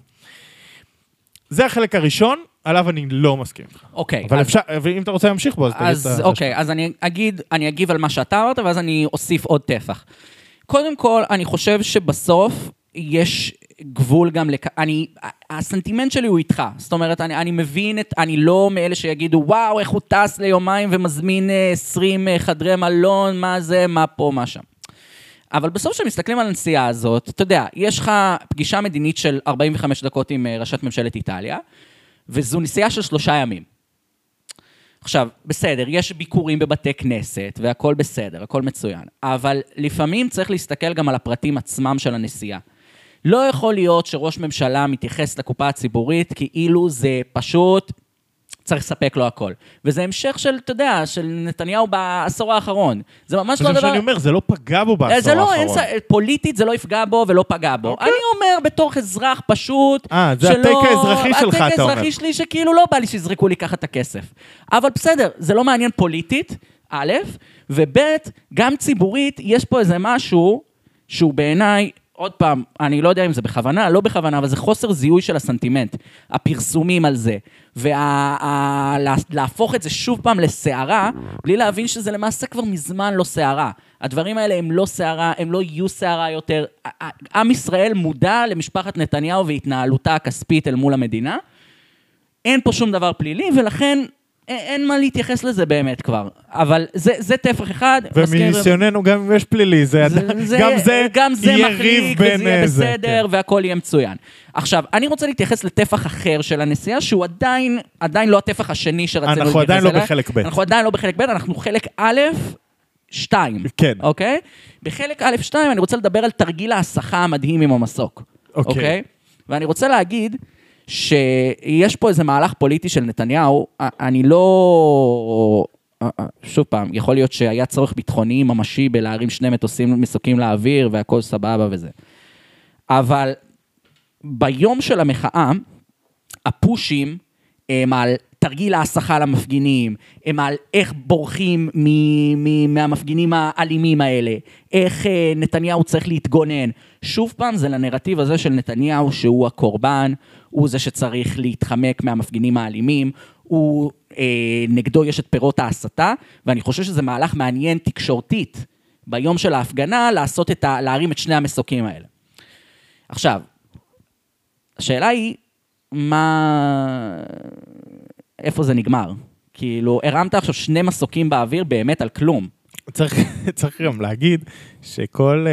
זה החלק הראשון, עליו אני לא מסכים איתך. אוקיי. אבל אפשר, ואם אתה רוצה להמשיך בו, אז תגיד את זה. אוקיי, אז אני אגיב על מה שאתה אמרת, ואז אני אוסיף עוד טפח. קודם כל, אני חושב שבסוף יש גבול גם הסנטימנט שלי הוא איתך. זאת אומרת, אני מבין אני לא מאלה שיגידו, וואו, איך הוא טס ליומיים ומזמין 20 חדרי מלון, מה זה, מה פה, מה שם. אבל בסוף שמסתכלים על הנסיעה הזאת, אתה יודע, יש לך פגישה מדינית של 45 דקות עם ראשת ממשלת איטליה, וזו נסיעה של 3 ימים. עכשיו, בסדר, יש ביקורים בבתי כנסת, והכל בסדר, הכל מצוין. אבל לפעמים צריך להסתכל גם על הפרטים עצמם של הנסיעה. לא יכול להיות שראש ממשלה מתייחס לקופה הציבורית, כאילו זה פשוט צריך לספק לו הכל. וזה המשך של, אתה יודע, של נתניהו בעשור האחרון. זה ממש לא דבר... זה מה שאני אומר, זה לא פגע בו בעשור האחרון. פוליטית זה לא יפגע בו ולא פגע בו. אני אומר בתור אזרח פשוט... זה הטייק האזרחי שלך, אתה אומר. הטייק האזרחי שלי שכאילו לא בא לי שיזרקו לי ככה את הכסף. אבל בסדר, זה לא מעניין פוליטית, א', וב', גם ציבורית, יש פה איזה משהו שהוא בעיניי, עוד פעם, אני לא יודע אם זה בכוונה, לא בכוונה, אבל זה חוסר זיהוי של הסנטימנט, הפרסומים על זה, ולהפוך את זה שוב פעם לסערה, בלי להבין שזה למעשה כבר מזמן לא סערה. הדברים האלה הם לא סערה, הם לא יהיו סערה יותר. עם ישראל מודע למשפחת נתניהו והתנהלותה הכספית אל מול המדינה. אין פה שום דבר פלילי, ולכן אין מה להתייחס לזה באמת כבר. אבל זה טפח אחד. ומניסיוננו גם אם יש פלילי, גם זה יהיה ריב בין וזה יהיה בסדר, והכל יהיה מצוין. עכשיו, אני רוצה להתייחס לטפח אחר של הנסיעה, שהוא עדיין לא הטפח השני שרצינו להתייחס אנחנו עדיין לא בחלק ב'. אנחנו עדיין לא בחלק ב', אנחנו חלק א', 2. כן. אוקיי? בחלק א', 2 אני רוצה לדבר על תרגיל ההסחה המדהים עם המסוק. אוקיי? ואני רוצה להגיד שיש פה איזה מהלך פוליטי של נתניהו, אני לא... שוב פעם, יכול להיות שהיה צורך ביטחוני ממשי בלהרים 2 מטוסים מסוקים לאוויר, והכל סבבה וזה. אבל ביום של המחאה, הפושים הם על תרגיל ההסחה למפגינים, הם על איך בורחים מהמפגינים האלימים האלה, איך נתניהו צריך להתגונן. שוב פעם, זה לנרטיב הזה של נתניהו שהוא הקורבן, הוא זה שצריך להתחמק מהמפגינים האלימים, הוא נגדו יש את פירות ההסתה, ואני חושב שזה מהלך מעניין תקשורתית ביום של ההפגנה, להרים את 2 המסוקים האלה. עכשיו, השאלה היא, איפה זה נגמר? כאילו, הרמת עכשיו 2 מסוקים באוויר באמת על כלום. צריך גם להגיד שכל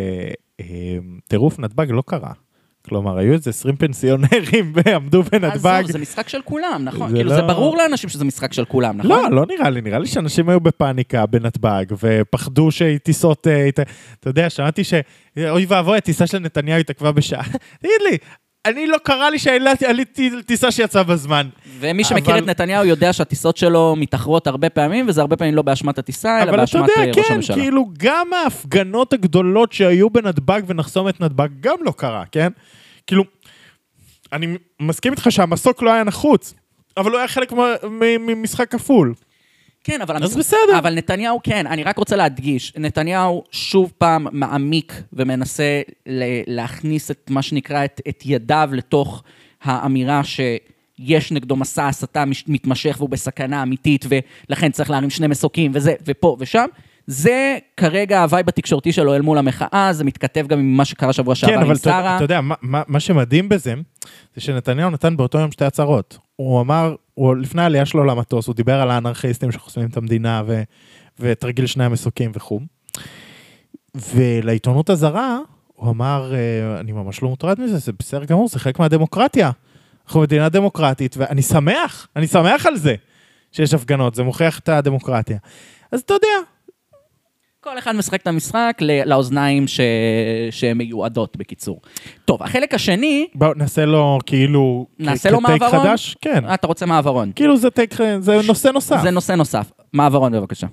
טירוף נתב"ג לא קרה. כלומר, היו איזה 20 פנסיונרים ועמדו בנתב"ג. זה משחק של כולם, נכון? כאילו, זה ברור לאנשים שזה משחק של כולם, נכון? לא נראה לי. נראה לי שאנשים היו בפאניקה בנתב"ג, ופחדו שטיסות... אתה יודע, שמעתי אוי ואבוי, הטיסה של נתניהו התעכבה בשעה. תגיד לי, אני לא קרה לי שעליתי טיסה שיצאה בזמן. ומי שמכיר את נתניהו יודע שהטיסות שלו מתאחרות הרבה פעמים, וזה הרבה פעמים לא באשמת הטיסה, אלא באשמת ראש הממשלה. אבל אתה יודע, כן, כאילו גם ההפגנות הגדולות שהיו בנתב"ג ונחסום את נתב"ג, גם לא קרה, כן? כאילו, אני מסכים איתך שהמסוק לא היה נחוץ, אבל הוא היה חלק ממשחק כפול. כן, אז בסדר. אבל נתניהו, כן, אני רק רוצה להדגיש, נתניהו שוב פעם מעמיק ומנסה להכניס את מה שנקרא את ידיו לתוך האמירה שיש נגדו מסע הסתה מתמשך והוא בסכנה אמיתית, ולכן צריך להרים 2 מסוקים וזה, ופה ושם. זה כרגע הווייב התקשורתי שלו אל מול המחאה, זה מתכתב גם עם מה שקרה שבוע שעבר עם שרה. כן, אבל אתה יודע, מה שמדהים בזה, זה שנתניהו נתן באותו יום 2 הצהרות. הוא אמר, לפני העלייה שלו למטוס, הוא דיבר על האנרכיסטים שחוסמים את המדינה, ותרגיל 2 המסוקים וכו'. ולעיתונות הזרה, הוא אמר, אני ממש לא מוטרד מזה, זה בסדר גמור, זה חלק מהדמוקרטיה. אנחנו מדינה דמוקרטית, ואני שמח על זה, שיש הפגנות, זה מוכיח את הדמוקרטיה. אז אתה יודע, כל אחד משחק את המשחק לאוזניים שהן מיועדות, בקיצור. טוב, החלק השני... בואו, נעשה לו כאילו... נעשה לו מעברון? חדש? כן. אתה רוצה מעברון? כאילו זה נושא נוסף. זה נושא נוסף. מעברון, בבקשה.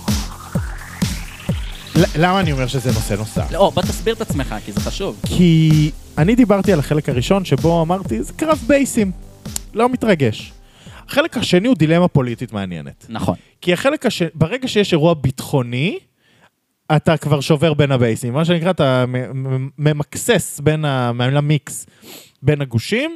למה אני אומר שזה נושא נוסף? לא, בוא תסביר את עצמך, כי זה חשוב. כי אני דיברתי על החלק הראשון, שבו אמרתי, זה קרב בייסים. לא מתרגש. החלק השני הוא דילמה פוליטית מעניינת. נכון. כי ברגע שיש אירוע ביטחוני, אתה כבר שובר בין הבייסים. מה שנקרא, אתה ממקסס למיקס בין הגושים,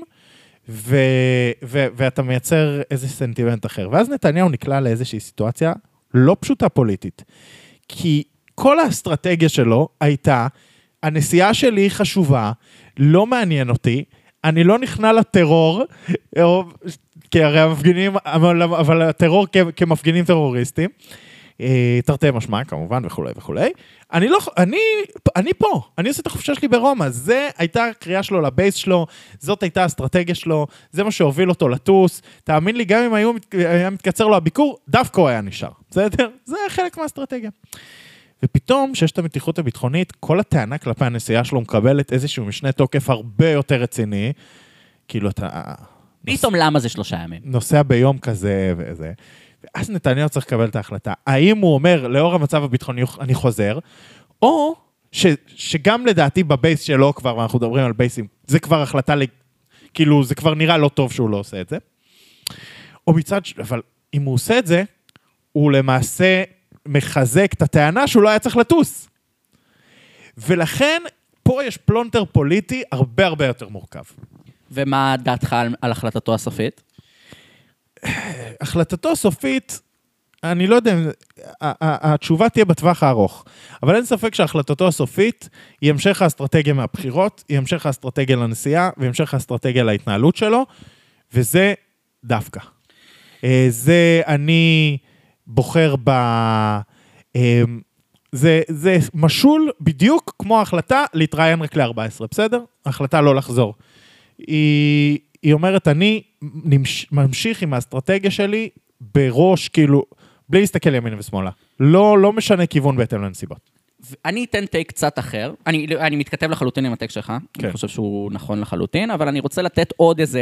ואתה מייצר איזה סנטימנט אחר. ואז נתניהו נקלע לאיזושהי סיטואציה לא פשוטה פוליטית. כי כל האסטרטגיה שלו הייתה, הנסיעה שלי חשובה, לא מעניין אותי, אני לא נכנע לטרור, כי הרי המפגינים, אבל הטרור כמפגינים טרוריסטים, תרתי משמע, כמובן, וכו' וכו'. אני פה, אני עושה את החופשה שלי ברומא, זה הייתה הקריאה שלו לבייס שלו, זאת הייתה האסטרטגיה שלו, זה מה שהוביל אותו לטוס, תאמין לי, גם אם היה מתקצר לו הביקור, דווקא הוא היה נשאר, בסדר? זה חלק מהאסטרטגיה. ופתאום, שיש את המתיחות הביטחונית, כל הטענה כלפי הנסיעה שלו מקבלת איזשהו משנה תוקף הרבה יותר רציני, כאילו אתה... פתאום למה זה 3 ימים? נוסע ביום כזה וזה. ואז נתניהו צריך לקבל את ההחלטה. האם הוא אומר, לאור המצב הביטחוני אני חוזר, או שגם לדעתי בבייס שלו כבר, ואנחנו מדברים על בייסים, זה כבר החלטה, כאילו זה כבר נראה לא טוב שהוא לא עושה את זה. או מצד, אבל אם הוא עושה את זה, הוא למעשה מחזק את הטענה שהוא לא היה צריך לטוס. ולכן, פה יש פלונטר פוליטי הרבה הרבה יותר מורכב. ומה דעתך על החלטתו הסופית? החלטתו הסופית, אני לא יודע, התשובה תהיה בטווח הארוך, אבל אין ספק שהחלטתו הסופית היא המשך האסטרטגיה מהבחירות, היא המשך האסטרטגיה לנסיעה, והמשך האסטרטגיה להתנהלות שלו, וזה דווקא. זה אני בוחר זה משול בדיוק כמו ההחלטה להתראיין רק ל-14, בסדר? ההחלטה לא לחזור. היא אומרת, אני ממשיך עם האסטרטגיה שלי בראש, כאילו, בלי להסתכל ימין ושמאלה. לא משנה כיוון בהתאם לנסיבות. אני אתן טייק קצת אחר, אני מתכתב לחלוטין עם הטייק שלך, אני חושב שהוא נכון לחלוטין, אבל אני רוצה לתת עוד איזה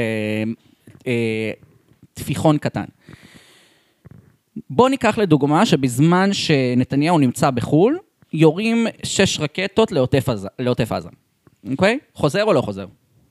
תפיחון קטן. בוא ניקח לדוגמה שבזמן שנתניהו נמצא בחול, יורים 6 רקטות לעוטף עזה. אוקיי? חוזר או לא חוזר?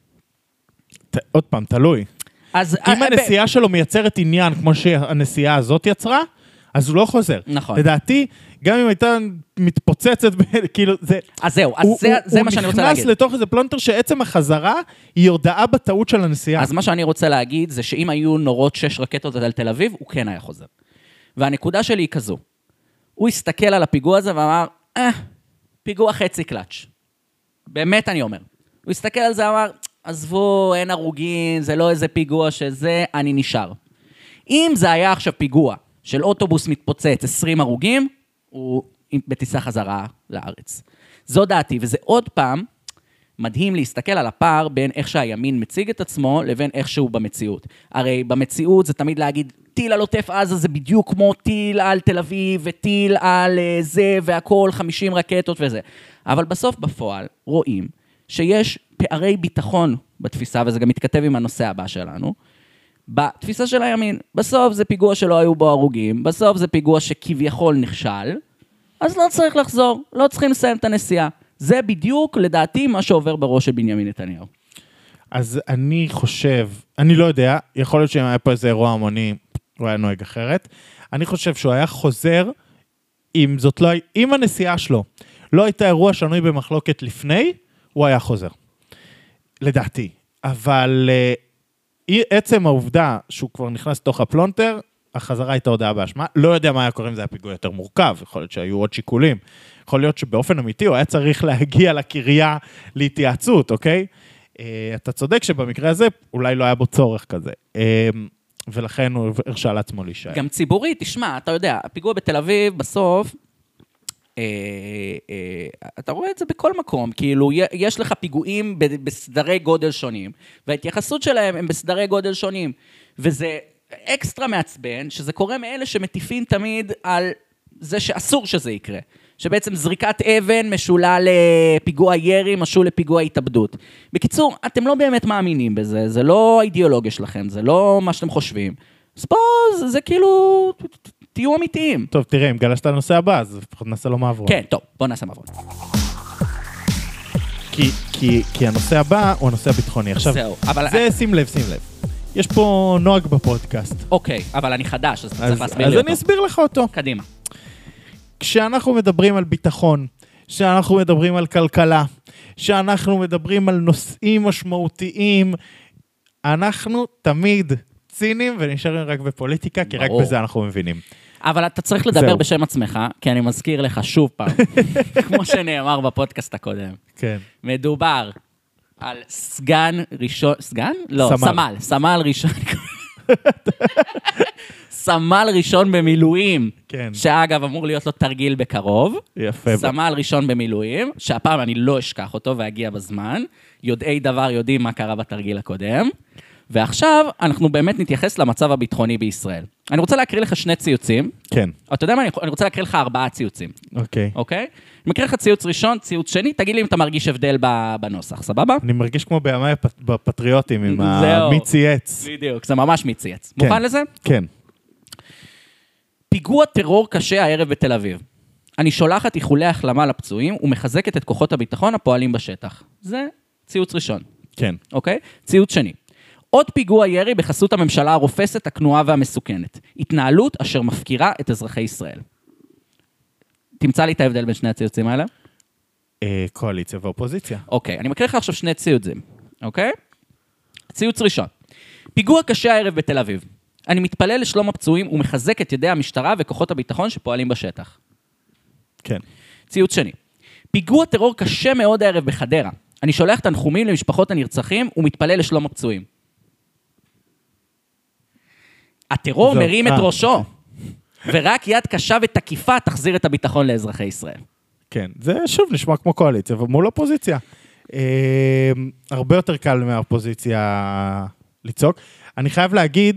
עוד פעם, תלוי. אם הנסיעה שלו מייצרת עניין כמו שהנסיעה הזאת יצרה, אז הוא לא חוזר. נכון. לדעתי, גם אם הייתה מתפוצצת, כאילו זה... אז זהו, זה מה שאני רוצה להגיד. הוא נכנס לתוך איזה פלונטר שעצם החזרה היא הודעה בטעות של הנסיעה. אז מה שאני רוצה להגיד זה שאם היו נורות 6 רקטות על תל אביב, הוא כן היה חוזר. והנקודה שלי היא כזו. הוא הסתכל על הפיגוע הזה ואמר, פיגוע חצי קלאץ'. באמת אני אומר. הוא הסתכל על זה ואמר, עזבו, אין הרוגים, זה לא איזה פיגוע שזה, אני נשאר. אם זה היה עכשיו פיגוע של אוטובוס מתפוצץ 20 הרוגים, הוא בטיסה חזרה לארץ. זו דעתי, וזה עוד פעם מדהים להסתכל על הפער בין איך שהימין מציג את עצמו לבין איך שהוא במציאות. הרי במציאות זה תמיד להגיד, טיל על עוטף עזה זה בדיוק כמו טיל על תל אביב, וטיל על זה והכל, 50 רקטות וזה. אבל בסוף בפועל רואים שיש פערי ביטחון בתפיסה, וזה גם מתכתב עם הנושא הבא שלנו, בתפיסה של הימין. בסוף זה פיגוע שלא היו בו הרוגים, בסוף זה פיגוע שכביכול נכשל, אז לא צריך לחזור, לא צריכים לסיים את הנסיעה. זה בדיוק, לדעתי, מה שעובר בראש של בנימין נתניהו. אז אני חושב, אני לא יודע, יכול להיות שאם היה פה איזה אירוע המוני, הוא היה נוהג אחרת. אני חושב שהוא היה חוזר, אם הנסיעה שלו לא הייתה אירוע שנוי במחלוקת לפני, הוא היה חוזר. לדעתי. אבל עצם העובדה שהוא כבר נכנס לתוך הפלונטר, החזרה הייתה הודעה באשמה. לא יודע מה היה קורה אם זה היה פיגוע יותר מורכב, יכול להיות שהיו עוד שיקולים. יכול להיות שבאופן אמיתי הוא היה צריך להגיע לקריה להתייעצות, אוקיי? אתה צודק שבמקרה הזה אולי לא היה בו צורך כזה. ולכן הוא הרשה לעצמו להישאר. גם ציבורית, תשמע, אתה יודע, הפיגוע בתל אביב בסוף, אתה רואה את זה בכל מקום, כאילו יש לך פיגועים בסדרי גודל שונים, וההתייחסות שלהם הם בסדרי גודל שונים, וזה אקסטרה מעצבן, שזה קורה מאלה שמטיפים תמיד על זה שאסור שזה יקרה, שבעצם זריקת אבן משולה לפיגוע ירי, משול לפיגוע התאבדות. בקיצור, אתם לא באמת מאמינים בזה, זה לא האידיאולוגיה שלכם, זה לא מה שאתם חושבים. אז פה זה כאילו, תהיו אמיתיים. טוב, תראה, אם גלשת לנושא הבא, אז לפחות נעשה לו מעברון. כן, טוב, בוא נעשה מעברון. כי הנושא הבא הוא הנושא הביטחוני. עכשיו, זה שים לב. יש פה נוהג בפודקאסט. אוקיי, אבל אני חדש, אז אתה צריך להסביר לי אותו. אז אני אסביר לך אותו. קדימה. כשאנחנו מדברים על ביטחון, כשאנחנו מדברים על כלכלה, כשאנחנו מדברים על נושאים משמעותיים, אנחנו תמיד ציניים ונשארים רק בפוליטיקה, כי רק בזה אנחנו מבינים. אבל אתה צריך לדבר בשם עצמך, כי אני מזכיר לך שוב פעם, כמו שנאמר בפודקאסט הקודם. כן. מדובר על סגן ראשון, סגן? לא, סמל ראשון. סמל ראשון במילואים, כן. שאגב אמור להיות לו תרגיל בקרוב. יפה. סמל ראשון במילואים, שהפעם אני לא אשכח אותו והגיע בזמן. יודעי דבר יודעים מה קרה בתרגיל הקודם. ועכשיו אנחנו באמת נתייחס למצב הביטחוני בישראל. אני רוצה להקריא לך 2 ציוצים. כן. אתה יודע מה? אני רוצה להקריא לך 4 ציוצים. אוקיי. אוקיי? אני מקריא לך ציוץ ראשון, ציוץ שני, תגיד לי אם אתה מרגיש הבדל בנוסח, סבבה? אני מרגיש כמו בימי בפטריוטים עם מי צייץ. בדיוק, זה ממש מי צייץ. מוכן לזה? כן. פיגוע טרור קשה הערב בתל אביב. אני שולחת איחולי החלמה לפצועים ומחזקת את כוחות הביטחון הפועלים בשטח. זה ציוץ ראשון. כן. אוקיי? ציוץ שני. עוד פיגוע ירי בחסות הממשלה הרופסת, הכנועה והמסוכנת. התנהלות אשר מפקירה את אזרחי ישראל. תמצא לי את ההבדל בין שני הציוצים האלה? קואליציה ואופוזיציה. אוקיי, אני מקריא לך עכשיו 2 ציוצים. אוקיי? ציוץ ראשון. פיגוע קשה הערב בתל אביב. אני מתפלל לשלום הפצועים ומחזק את ידי המשטרה וכוחות הביטחון שפועלים בשטח. כן. ציוץ שני. פיגוע טרור קשה מאוד הערב בחדרה. אני שולח תנחומים למשפחות הנרצחים ומתפלל לשלום הפצועים. הטרור מרים את ראשו, ורק יד קשה ותקיפה תחזיר את הביטחון לאזרחי ישראל. כן, זה שוב נשמע כמו קואליציה, ומול אופוזיציה. הרבה יותר קל מהאופוזיציה לצעוק. אני חייב להגיד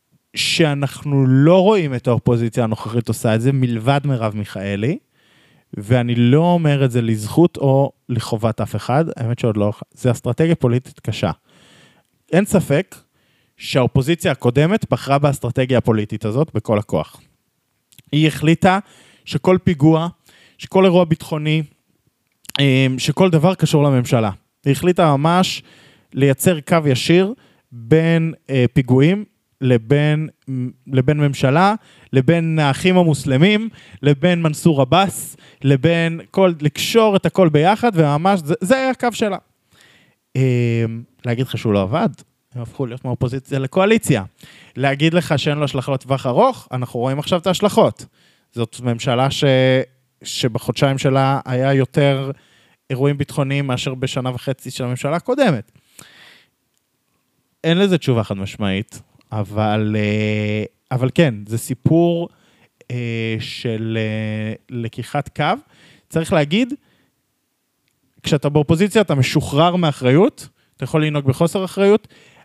שאנחנו לא רואים את האופוזיציה הנוכחית עושה את זה, מלבד מרב מיכאלי, ואני לא אומר את זה לזכות או לחובת אף אחד, האמת שעוד לא, זה אסטרטגיה פוליטית קשה. אין ספק שהאופוזיציה הקודמת בחרה באסטרטגיה הפוליטית הזאת בכל הכוח. היא החליטה שכל פיגוע, שכל אירוע ביטחוני, שכל דבר קשור לממשלה. היא החליטה ממש לייצר קו ישיר בין פיגועים לבין ממשלה, לבין האחים המוסלמים, לבין מנסור עבאס, לקשור את הכל ביחד, וממש זה היה הקו שלה. להגיד לך שהוא לא עבד, הם הפכו להיות מהאופוזיציה לקואליציה. להגיד לך שאין לו השלכות טווח ארוך, אנחנו רואים עכשיו את ההשלכות. זאת ממשלה שבחודשיים שלה היה יותר אירועים ביטחוניים מאשר בשנה וחצי של הממשלה הקודמת. אין לזה תשובה חד משמעית, אבל כן, זה סיפור של לקיחת קו. צריך להגיד, כשאתה באופוזיציה אתה משוחרר מאחריות, אתה יכול לנהוג בחוסר אחריות,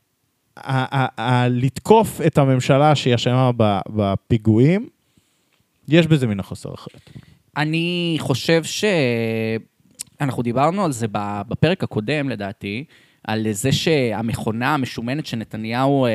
לתקוף את הממשלה שהיא אשמה בפיגועים, יש בזה מן החוסר אחריות. אני חושב אנחנו דיברנו על זה בפרק הקודם, לדעתי, על זה שהמכונה המשומנת שנתניהו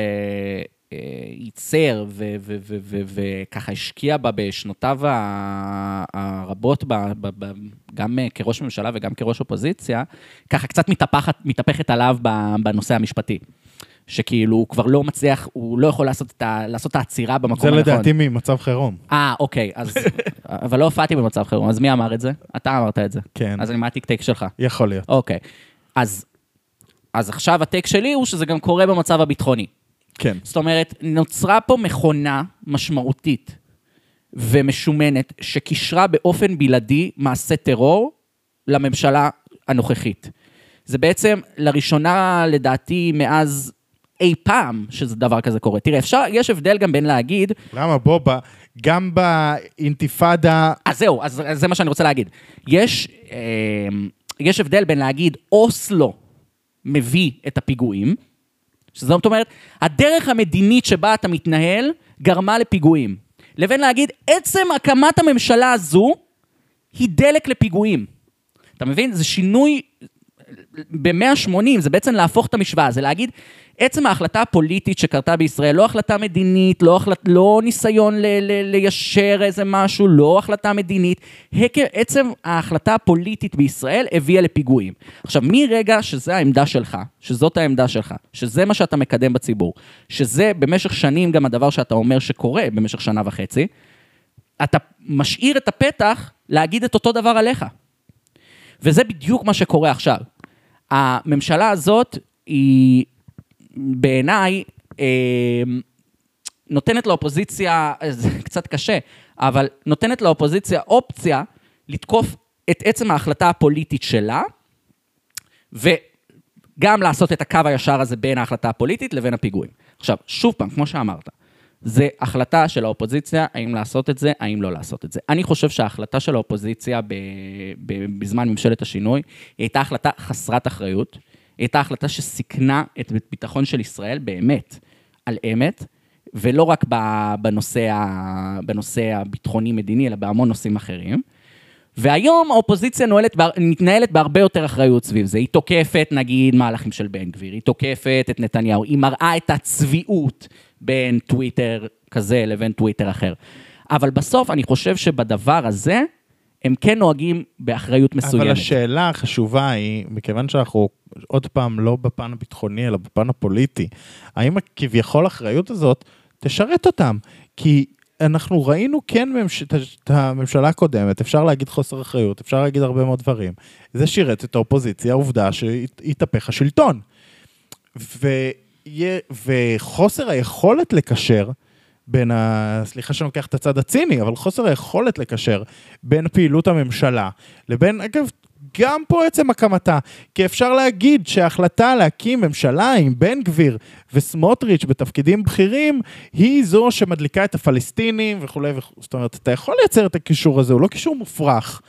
ייצר וככה השקיע בה בשנותיו הרבות, גם כראש ממשלה וגם כראש אופוזיציה, ככה קצת מתהפכת עליו בנושא המשפטי. שכאילו הוא כבר לא מצליח, הוא לא יכול לעשות את העצירה במקום הנכון. זה לדעתי ממצב חירום. אוקיי, אבל לא הופעתי במצב חירום, אז מי אמר את זה? אתה אמרת את זה. כן. אז אני מה הטק שלך? יכול להיות. אוקיי, אז עכשיו הטק שלי הוא שזה גם קורה במצב הביטחוני. כן. זאת אומרת, נוצרה פה מכונה משמעותית ומשומנת, שקישרה באופן בלעדי מעשה טרור לממשלה הנוכחית. זה בעצם לראשונה לדעתי מאז אי פעם שזה דבר כזה קורה. תראה, יש הבדל גם בין להגיד... למה בובה, גם באינתיפאדה... אז זהו, אז זה מה שאני רוצה להגיד. יש הבדל בין להגיד אוסלו מביא את הפיגועים, זאת אומרת, הדרך המדינית שבה אתה מתנהל גרמה לפיגועים, לבין להגיד, עצם הקמת הממשלה הזו היא דלק לפיגועים. אתה מבין? זה שינוי ב-180, זה בעצם להפוך את המשוואה, זה להגיד, עצם ההחלטה הפוליטית שקרתה בישראל, לא החלטה מדינית, לא ניסיון ליישר איזה משהו, לא החלטה מדינית, עצם ההחלטה הפוליטית בישראל הביאה לפיגועים. עכשיו, מרגע שזה העמדה שלך, שזאת העמדה שלך, שזה מה שאתה מקדם בציבור, שזה במשך שנים גם הדבר שאתה אומר שקורה במשך שנה וחצי, אתה משאיר את הפתח להגיד את אותו דבר עליך. וזה בדיוק מה שקורה עכשיו. הממשלה הזאת היא בעיניי נותנת לאופוזיציה, זה קצת קשה, אבל נותנת לאופוזיציה אופציה לתקוף את עצם ההחלטה הפוליטית שלה, וגם לעשות את הקו הישר הזה בין ההחלטה הפוליטית לבין הפיגועים. עכשיו, שוב פעם, כמו שאמרת, זה החלטה של האופוזיציה, האם לעשות את זה, האם לא לעשות את זה. אני חושב שההחלטה של האופוזיציה בזמן ממשלת השינוי, היא הייתה החלטה חסרת אחריות, היא הייתה החלטה שסיכנה את ביטחון של ישראל באמת, על אמת, ולא רק בנושא הביטחוני-מדיני, אלא בהמון נושאים אחרים. והיום האופוזיציה מתנהלת בהרבה יותר אחריות סביב זה. היא תוקפת, נגיד, מהלכים של בן גביר, היא תוקפת את נתניהו, היא מראה את הצביעות בין טוויטר כזה לבין טוויטר אחר. אבל בסוף אני חושב שבדבר הזה, הם כן נוהגים באחריות מסוימת. אבל השאלה החשובה היא, מכיוון שאנחנו עוד פעם לא בפן הביטחוני, אלא בפן הפוליטי, האם כביכול האחריות הזאת תשרת אותם? כי אנחנו ראינו כן את הממשלה הקודמת, אפשר להגיד חוסר אחריות, אפשר להגיד הרבה מאוד דברים. זה שירת את האופוזיציה, העובדה שהתהפך השלטון. וחוסר היכולת לקשר, סליחה שאני לוקח את הצד הציני, אבל חוסר היכולת לקשר בין פעילות הממשלה, לבין, אגב, גם פה עצם הקמתה, כי אפשר להגיד שההחלטה להקים ממשלה עם בן גביר וסמוטריץ' בתפקידים בכירים, היא זו שמדליקה את הפלסטינים וכו'. זאת אומרת, אתה יכול לייצר את הקישור הזה, הוא לא קישור מופרך.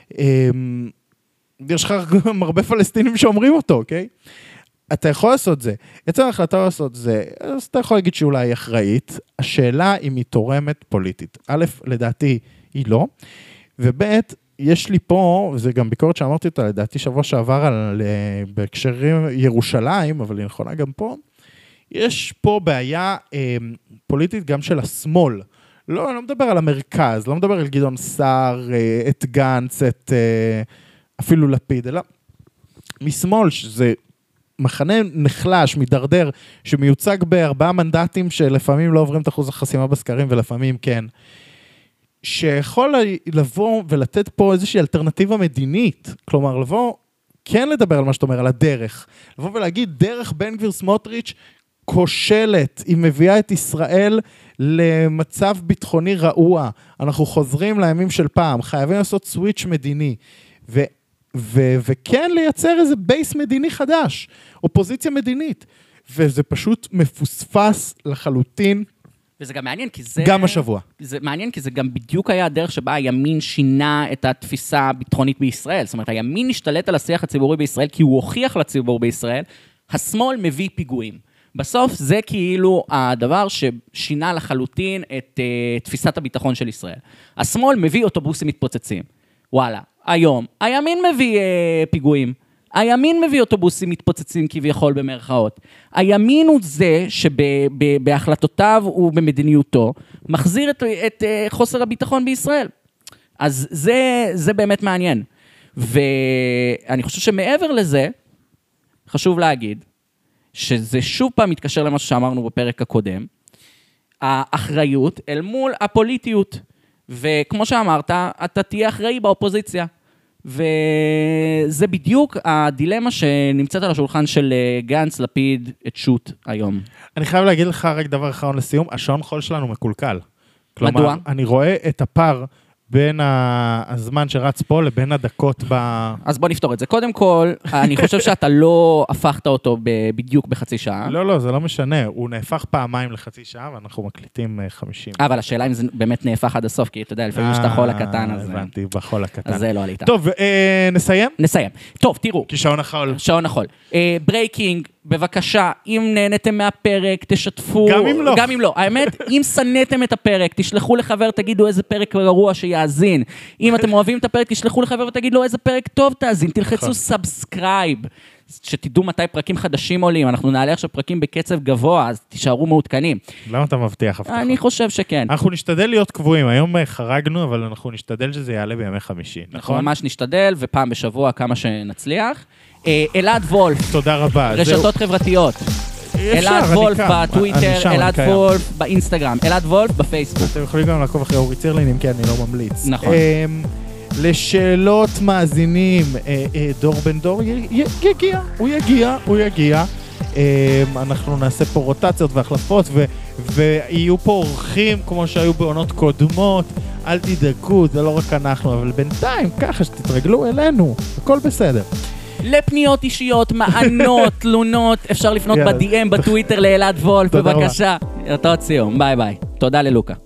יש לך גם הרבה פלסטינים שאומרים אותו, אוקיי? אתה יכול לעשות זה. עצם ההחלטה לעשות זה, אז אתה יכול להגיד שאולי היא אחראית. השאלה אם היא תורמת פוליטית. א', לדעתי, היא לא. וב', יש לי פה, וזה גם ביקורת שאמרתי אותה, לדעתי שבוע שעבר בהקשרים ירושלים, אבל היא נכונה גם פה, יש פה בעיה פוליטית גם של השמאל. לא, אני לא מדבר על המרכז, לא מדבר על גדעון סער, את גנץ, את אפילו לפיד, אלא משמאל, שזה מחנה נחלש, מדרדר, שמיוצג ב4 מנדטים שלפעמים לא עוברים את אחוז החסימה בסקרים, ולפעמים כן. שיכול לבוא ולתת פה איזושהי אלטרנטיבה מדינית, כלומר לבוא, כן לדבר על מה שאתה אומר, על הדרך, לבוא ולהגיד, דרך בן גביר סמוטריץ' כושלת, היא מביאה את ישראל למצב ביטחוני רעוע, אנחנו חוזרים לימים של פעם, חייבים לעשות סוויץ' מדיני, וכן לייצר איזה בייס מדיני חדש, אופוזיציה מדינית, וזה פשוט מפוספס לחלוטין, וזה גם מעניין, כי זה... גם השבוע. זה מעניין, כי זה גם בדיוק היה הדרך שבה הימין שינה את התפיסה הביטחונית בישראל. זאת אומרת, הימין השתלט על השיח הציבורי בישראל, כי הוא הוכיח לציבור בישראל, השמאל מביא פיגועים. בסוף זה כאילו הדבר ששינה לחלוטין את תפיסת הביטחון של ישראל. השמאל מביא אוטובוסים מתפוצצים. וואלה, היום הימין מביא פיגועים. הימין מביא אוטובוסים מתפוצצים כביכול במרכאות. הימין הוא זה שבהחלטותיו ובמדיניותו מחזיר את חוסר הביטחון בישראל. אז זה באמת מעניין. ואני חושב שמעבר לזה, חשוב להגיד, שזה שוב פעם מתקשר למשהו שאמרנו בפרק הקודם, האחריות אל מול הפוליטיות. וכמו שאמרת, אתה תהיה אחראי באופוזיציה. וזה בדיוק הדילמה שנמצאת על השולחן של גנץ, לפיד, את שוט היום. אני חייב להגיד לך רק דבר אחרון לסיום, השעון חול שלנו מקולקל. מדוע? כלומר, אני רואה את הפער בין הזמן שרץ פה לבין הדקות אז בוא נפתור את זה. קודם כל, אני חושב שאתה לא הפכת אותו בדיוק בחצי שעה. לא, זה לא משנה. הוא נהפך פעמיים לחצי שעה, ואנחנו מקליטים 50. אבל השאלה אם זה באמת נהפך עד הסוף, כי אתה יודע, לפעמים יש את החול הקטן הזה. הבנתי, בחול הקטן. אז זה לא עלית. טוב, נסיים? נסיים. טוב, תראו. כי שעון החול. שעון החול. ברייקינג, בבקשה, אם נהנתם מהפרק, תשתפו. גם אם לא. האמת, אם סנתם את הפרק, תשלחו לחבר, תגידו איזה פרק גרוע שיאזין. אם אתם אוהבים את הפרק, תשלחו לחבר ותגידו איזה פרק טוב תאזין. תלחצו סאבסקרייב, שתדעו מתי פרקים חדשים עולים. אנחנו נעלה עכשיו פרקים בקצב גבוה, אז תישארו מעודכנים. למה אתה מבטיח הבטחה? אני חושב שכן. אנחנו נשתדל להיות קבועים. היום חרגנו, אבל אנחנו נשתדל שזה יעלה בימי חמישי. נכון? ממש נשתדל, ופעם בשבוע כמה שנצליח. אלעד וולף. תודה רבה. רשתות חברתיות. אלעד וולף בטוויטר, אלעד וולף באינסטגרם, אלעד וולף בפייסבוק. אתם יכולים גם לעקוב אחרי אורי צירלין, אם כן, אני לא ממליץ. נכון. לשאלות מאזינים, דור בן דור הוא יגיע. אנחנו נעשה פה רוטציות והחלפות, ויהיו פה אורחים כמו שהיו בעונות קודמות. אל תדאגו, זה לא רק אנחנו, אבל בינתיים ככה שתתרגלו אלינו, הכל בסדר. לפניות אישיות, מענות, תלונות, אפשר לפנות ב-DM בטוויטר לאלעד וולף, בבקשה. אותו ציום, ביי ביי. תודה ללוקה.